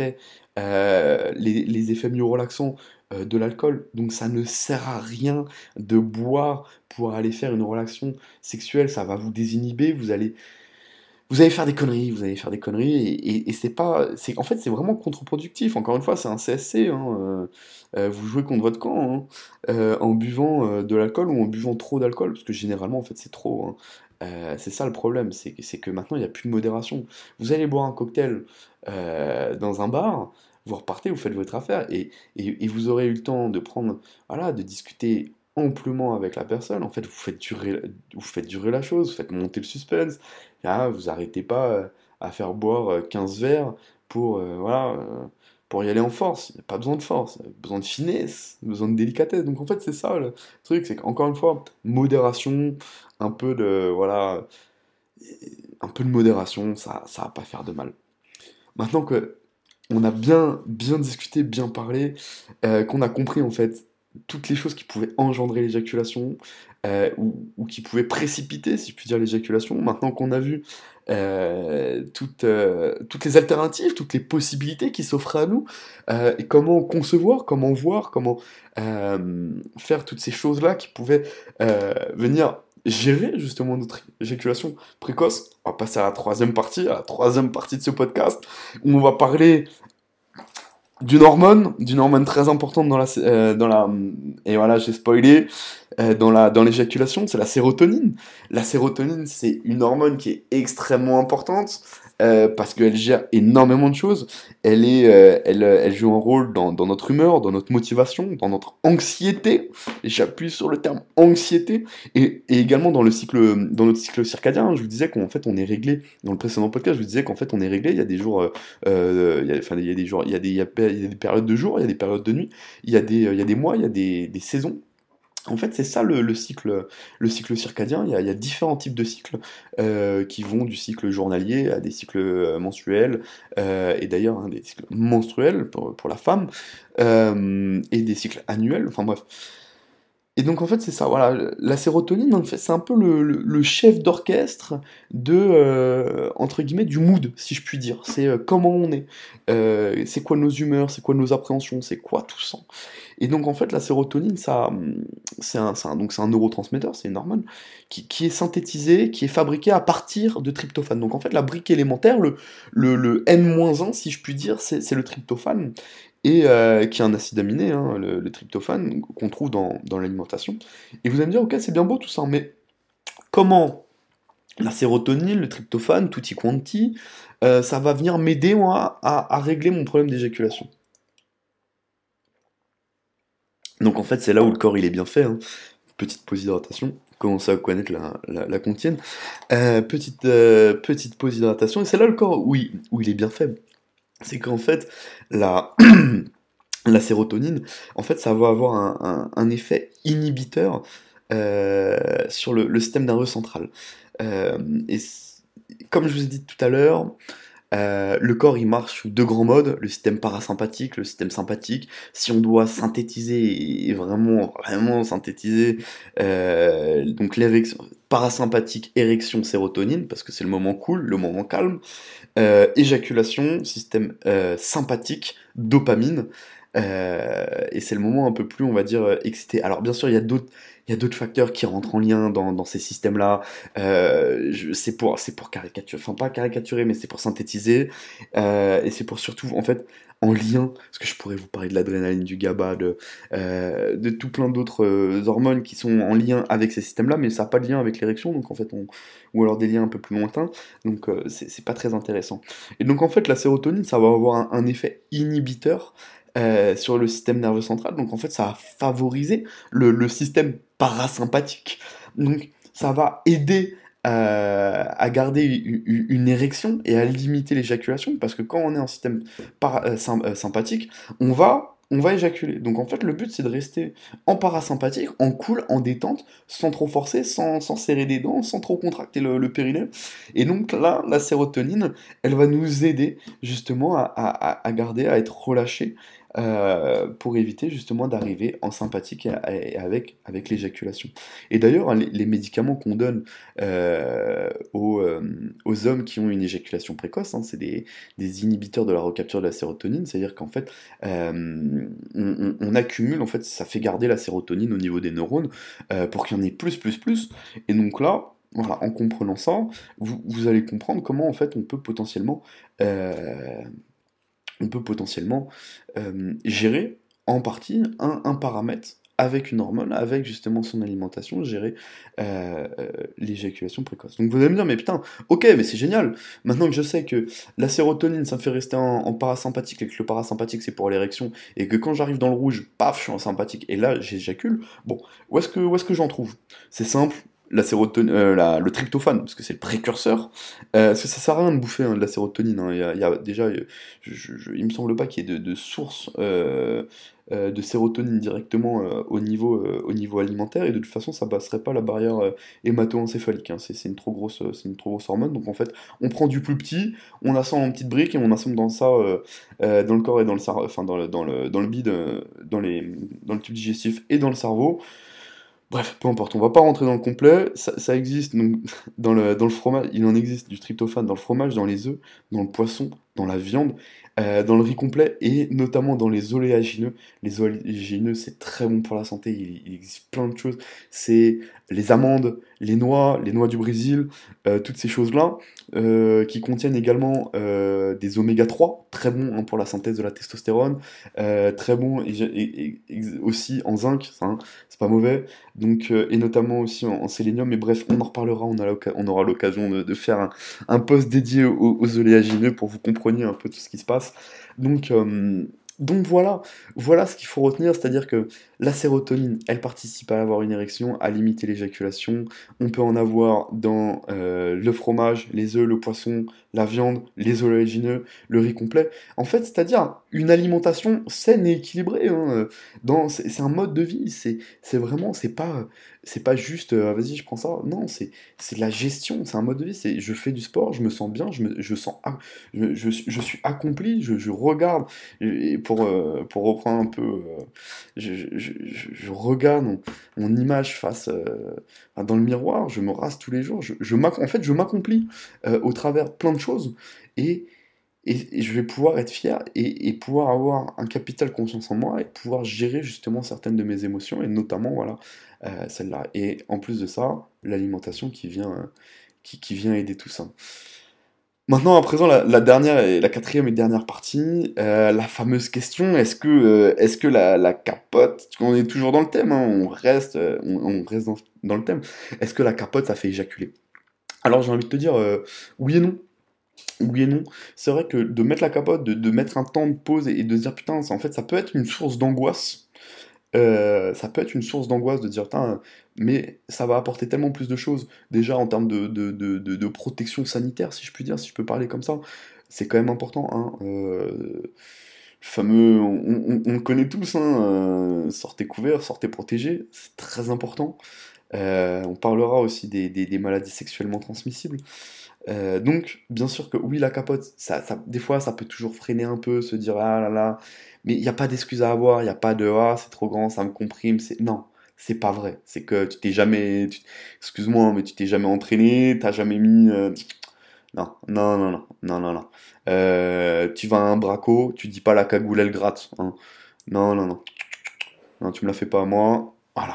les effets myorelaxants de l'alcool, donc ça ne sert à rien de boire pour aller faire une relation sexuelle, ça va vous désinhiber, vous allez faire des conneries, vous allez faire des conneries, et c'est pas, en fait, c'est vraiment contre-productif. Encore une fois, c'est un CSC, hein, vous jouez contre votre camp, hein, en buvant de l'alcool ou en buvant trop d'alcool, parce que généralement, en fait, c'est trop, hein. C'est ça le problème, c'est que maintenant, il n'y a plus de modération. Vous allez boire un cocktail dans un bar, vous repartez, vous faites votre affaire, et vous aurez eu le temps de prendre, voilà, de discuter amplement avec la personne. En fait, vous faites durer la chose, vous faites monter le suspense. Là, vous arrêtez pas à faire boire 15 verres voilà, pour y aller en force. Il n'y a pas besoin de force, il y a besoin de finesse, besoin de délicatesse. Donc en fait, c'est ça le truc, c'est qu'encore une fois, modération, voilà, un peu de modération, ça va pas faire de mal. Maintenant que on a bien discuté, bien parlé, qu'on a compris en fait toutes les choses qui pouvaient engendrer l'éjaculation, ou qui pouvaient précipiter, si je puis dire, l'éjaculation. Maintenant qu'on a vu toutes les alternatives, toutes les possibilités qui s'offrent à nous, et comment concevoir, comment voir, comment faire toutes ces choses-là qui pouvaient venir gérer justement notre éjaculation précoce. On va passer à la troisième partie de ce podcast, où on va parler d'une hormone très importante et voilà, j'ai spoilé, dans l'éjaculation, c'est la sérotonine. La sérotonine, c'est une hormone qui est extrêmement importante, parce qu'elle gère énormément de choses. Elle joue un rôle dans notre humeur, dans notre motivation, dans notre anxiété. Et j'appuie sur le terme anxiété, et également dans notre cycle circadien. Je vous disais qu'en fait, on est réglé, dans le précédent podcast, je vous disais qu'en fait, on est réglé. Il y a des jours, il y a des jours, il y a des périodes de jour, il y a des périodes de nuit, il y a des mois, il y a des saisons. En fait, c'est ça le cycle circadien. Il y a différents types de cycles qui vont du cycle journalier à des cycles mensuels, et d'ailleurs hein, des cycles menstruels pour la femme, et des cycles annuels. Enfin bref. Et donc en fait c'est ça, voilà, la sérotonine en fait, c'est un peu le chef d'orchestre entre guillemets du mood, si je puis dire. C'est comment on est, c'est quoi nos humeurs, c'est quoi nos appréhensions, c'est quoi tout ça. Et donc en fait la sérotonine, c'est un neurotransmetteur, c'est une hormone, qui est synthétisée, qui est fabriquée à partir de tryptophane. Donc en fait la brique élémentaire, le N-1 si je puis dire, c'est le tryptophane et qui est un acide aminé, hein, le tryptophane, qu'on trouve dans l'alimentation. Et vous allez me dire, ok, c'est bien beau tout ça, mais comment la sérotonine, le tryptophane, tutti quanti, ça va venir m'aider, moi, à régler mon problème d'éjaculation? Donc en fait, c'est là où le corps, il est bien fait, hein. Petite pause hydratation, commencez à connaître la contienne. Petite pause hydratation, et c'est là le corps où il est bien faible. C'est qu'en fait, la, la sérotonine, en fait, ça va avoir un effet inhibiteur sur le système nerveux central. Euh, et comme je vous ai dit tout à l'heure, le corps il marche sous deux grands modes, le système parasympathique, le système sympathique. Si on doit synthétiser et vraiment synthétiser, donc l'érection parasympathique, érection, sérotonine, parce que c'est le moment cool, le moment calme. Éjaculation, système sympathique, dopamine. Et c'est le moment un peu plus, on va dire, excité. Alors bien sûr, il y a d'autres facteurs qui rentrent en lien dans ces systèmes-là. C'est pour caricaturer, enfin pas caricaturer, mais c'est pour synthétiser. Et c'est pour surtout, en fait, en lien, parce que je pourrais vous parler de l'adrénaline, du GABA, de tout plein d'autres hormones qui sont en lien avec ces systèmes-là, mais ça n'a pas de lien avec l'érection, donc en fait, ou alors des liens un peu plus lointains, donc c'est pas très intéressant. Et donc en fait, la sérotonine, ça va avoir un effet inhibiteur sur le système nerveux central. Donc en fait, ça va favoriser le système parasympathique. Donc ça va aider à garder une érection et à limiter l'éjaculation, parce que quand on est en système sympathique, on va éjaculer. Donc en fait, le but, c'est de rester en parasympathique, en cool, en détente, sans trop forcer, sans serrer des dents, sans trop contracter le périnée. Et donc là, la sérotonine, elle va nous aider justement à garder, à être relâché pour éviter justement d'arriver en sympathique et avec l'éjaculation. Et d'ailleurs, hein, les médicaments qu'on donne aux hommes qui ont une éjaculation précoce, hein, c'est des inhibiteurs de la recapture de la sérotonine, c'est-à-dire qu'en fait, on accumule, en fait, ça fait garder la sérotonine au niveau des neurones pour qu'il y en ait plus. Et donc là, voilà, en comprenant ça, vous allez comprendre comment en fait euh, on peut potentiellement gérer en partie un paramètre avec une hormone, avec justement son alimentation, gérer l'éjaculation précoce. Donc vous allez me dire, mais putain, ok, mais c'est génial. Maintenant que je sais que la sérotonine, ça me fait rester en parasympathique, et que le parasympathique, c'est pour l'érection, et que quand j'arrive dans le rouge, paf, je suis en sympathique, et là, j'éjacule. Bon, où est-ce que j'en trouve? C'est simple. La sérotonine, le tryptophane, parce que c'est le précurseur, parce que ça sert à rien de bouffer hein, de la sérotonine. Hein. Il y a déjà, il me semble pas qu'il y ait de source de sérotonine directement au niveau alimentaire, et de toute façon, ça passerait pas la barrière hémato-encéphalique. Hein. C'est c'est une trop grosse hormone. Donc en fait, on prend du plus petit, on assemble en petites briques et on assemble dans ça dans le corps et dans le cerveau, enfin dans le bide, dans le tube digestif et dans le cerveau. Bref, peu importe, on va pas rentrer dans le complet, ça existe donc, dans le fromage, il en existe du tryptophane dans le fromage, dans les œufs, dans le poisson, dans la viande, dans le riz complet et notamment dans les oléagineux. Les oléagineux, c'est très bon pour la santé, il existe plein de choses. C'est les amandes, les noix du Brésil, toutes ces choses-là, qui contiennent également des oméga 3, très bons hein, pour la synthèse de la testostérone, très bons aussi en zinc, ça, hein, c'est pas mauvais. Donc, et notamment aussi en sélénium, mais bref, on en reparlera, on aura l'occasion de faire un post dédié aux oléagineux pour que vous compreniez un peu tout ce qui se passe. Donc, voilà, voilà ce qu'il faut retenir, c'est-à-dire que la sérotonine, elle participe à avoir une érection, à limiter l'éjaculation. On peut en avoir dans le fromage, les œufs, le poisson, la viande, les oléagineux, le riz complet. En fait, c'est-à-dire une alimentation saine et équilibrée. Hein, c'est un mode de vie, c'est vraiment, c'est pas juste, vas-y, je prends ça. Non, c'est de la gestion, c'est un mode de vie. C'est, je fais du sport, je me sens bien, je sens, je suis accompli, je regarde, et pour reprendre un peu, je regarde mon image dans le miroir, je me rase tous les jours, en fait, je m'accomplis au travers plein de choses, et, et je vais pouvoir être fier et pouvoir avoir un capital confiance en moi et pouvoir gérer justement certaines de mes émotions et notamment voilà celle-là. Et en plus de ça, l'alimentation qui vient aider tout ça. Maintenant, à présent, la dernière et la quatrième et dernière partie, la fameuse question, est-ce que la capote, on est toujours dans le thème, hein, on reste dans le thème, est-ce que la capote, ça fait éjaculer? Alors j'ai envie de te dire, oui et non. Oui et non. C'est vrai que de mettre la capote, de mettre un temps de pause et de se dire putain, en fait, ça peut être une source d'angoisse ça peut être une source d'angoisse de dire, putain, mais ça va apporter tellement plus de choses. Déjà en termes de protection sanitaire, si je puis dire, si je peux parler comme ça, c'est quand même important, hein. Le fameux, on le connaît tous, hein, sortez couverts, sortez protégés, c'est très important. On parlera aussi des maladies sexuellement transmissibles. Donc, bien sûr que oui, la capote, des fois, ça peut toujours freiner un peu, se dire ah là là, mais il n'y a pas d'excuse à avoir, il n'y a pas de ah, c'est trop grand, ça me comprime. Non, c'est pas vrai. C'est que tu t'es jamais, excuse-moi, hein, mais tu t'es jamais entraîné, t'as jamais mis. Non, non, non, non, non, non, non. Tu vas à un braco, tu dis pas la cagoule elle gratte, hein. Non, non, non, non, tu me la fais pas à moi. Voilà.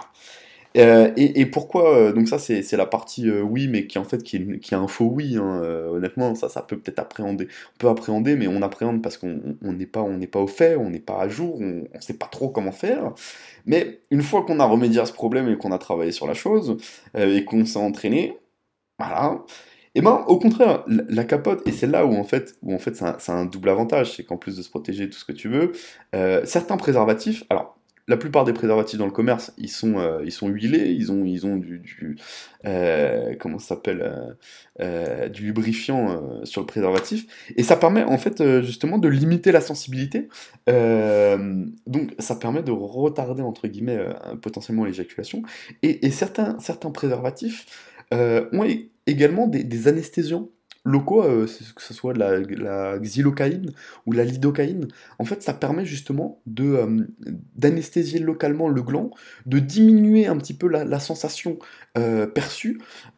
Et pourquoi donc ça c'est la partie oui mais qui en fait qui est un faux oui hein, honnêtement ça peut peut-être appréhender on peut appréhender mais on appréhende parce qu'on n'est pas au fait on n'est pas à jour on sait pas trop comment faire mais une fois qu'on a remédié à ce problème et qu'on a travaillé sur la chose et qu'on s'est entraîné voilà et ben au contraire la capote et c'est là où en fait c'est un double avantage c'est qu'en plus de se protéger tout ce que tu veux certains préservatifs alors la plupart des préservatifs dans le commerce, ils sont huilés, ils ont comment ça s'appelle, du lubrifiant sur le préservatif, et ça permet en fait justement de limiter la sensibilité. Donc ça permet de retarder entre guillemets potentiellement l'éjaculation. Et certains préservatifs ont également des anesthésiants locaux, que ce soit de la xylocaïne ou la lidocaïne. En fait, ça permet justement d'anesthésier localement le gland, de diminuer un petit peu la sensation perçue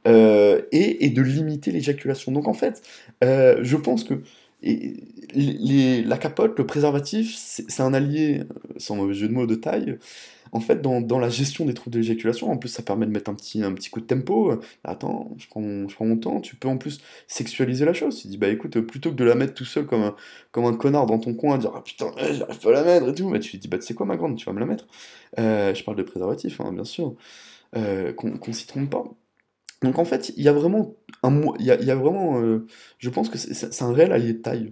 et de limiter l'éjaculation. Donc en fait, je pense que et, la capote, le préservatif, c'est un allié, sans mauvais jeu de mots, de taille, en fait, dans la gestion des troubles de l'éjaculation. En plus, ça permet de mettre un petit coup de tempo. Attends, je prends mon temps. Tu peux en plus sexualiser la chose. Tu dis, bah écoute, plutôt que de la mettre tout seul comme un connard dans ton coin, à dire, ah putain, j'arrive pas à la mettre et tout, mais tu te dis, bah tu sais quoi, ma grande, tu vas me la mettre. Je parle de préservatif, hein, bien sûr. Qu'on s'y trompe pas. Donc en fait, il y a vraiment il y a vraiment, je pense que c'est un réel allié de taille.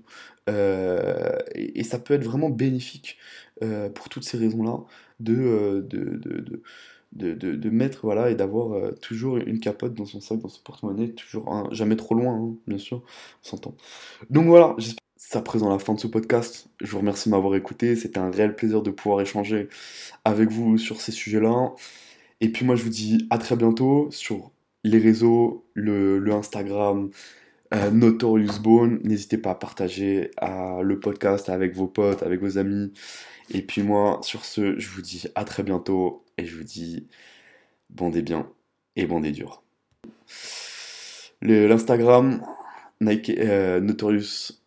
Et ça peut être vraiment bénéfique pour toutes ces raisons-là de mettre voilà et d'avoir toujours une capote dans son sac, dans son porte-monnaie, toujours hein, jamais trop loin, hein, bien sûr, on s'entend. Donc voilà, j'espère que ça présente la fin de ce podcast. Je vous remercie de m'avoir écouté. C'était un réel plaisir de pouvoir échanger avec vous sur ces sujets-là. Et puis moi je vous dis à très bientôt sur les réseaux, le Instagram, Notorious Bone. N'hésitez pas à partager le podcast avec vos potes, avec vos amis. Et puis moi, sur ce, je vous dis à très bientôt et je vous dis bandez bien et bandez dur. L'Instagram, Nike, Notorious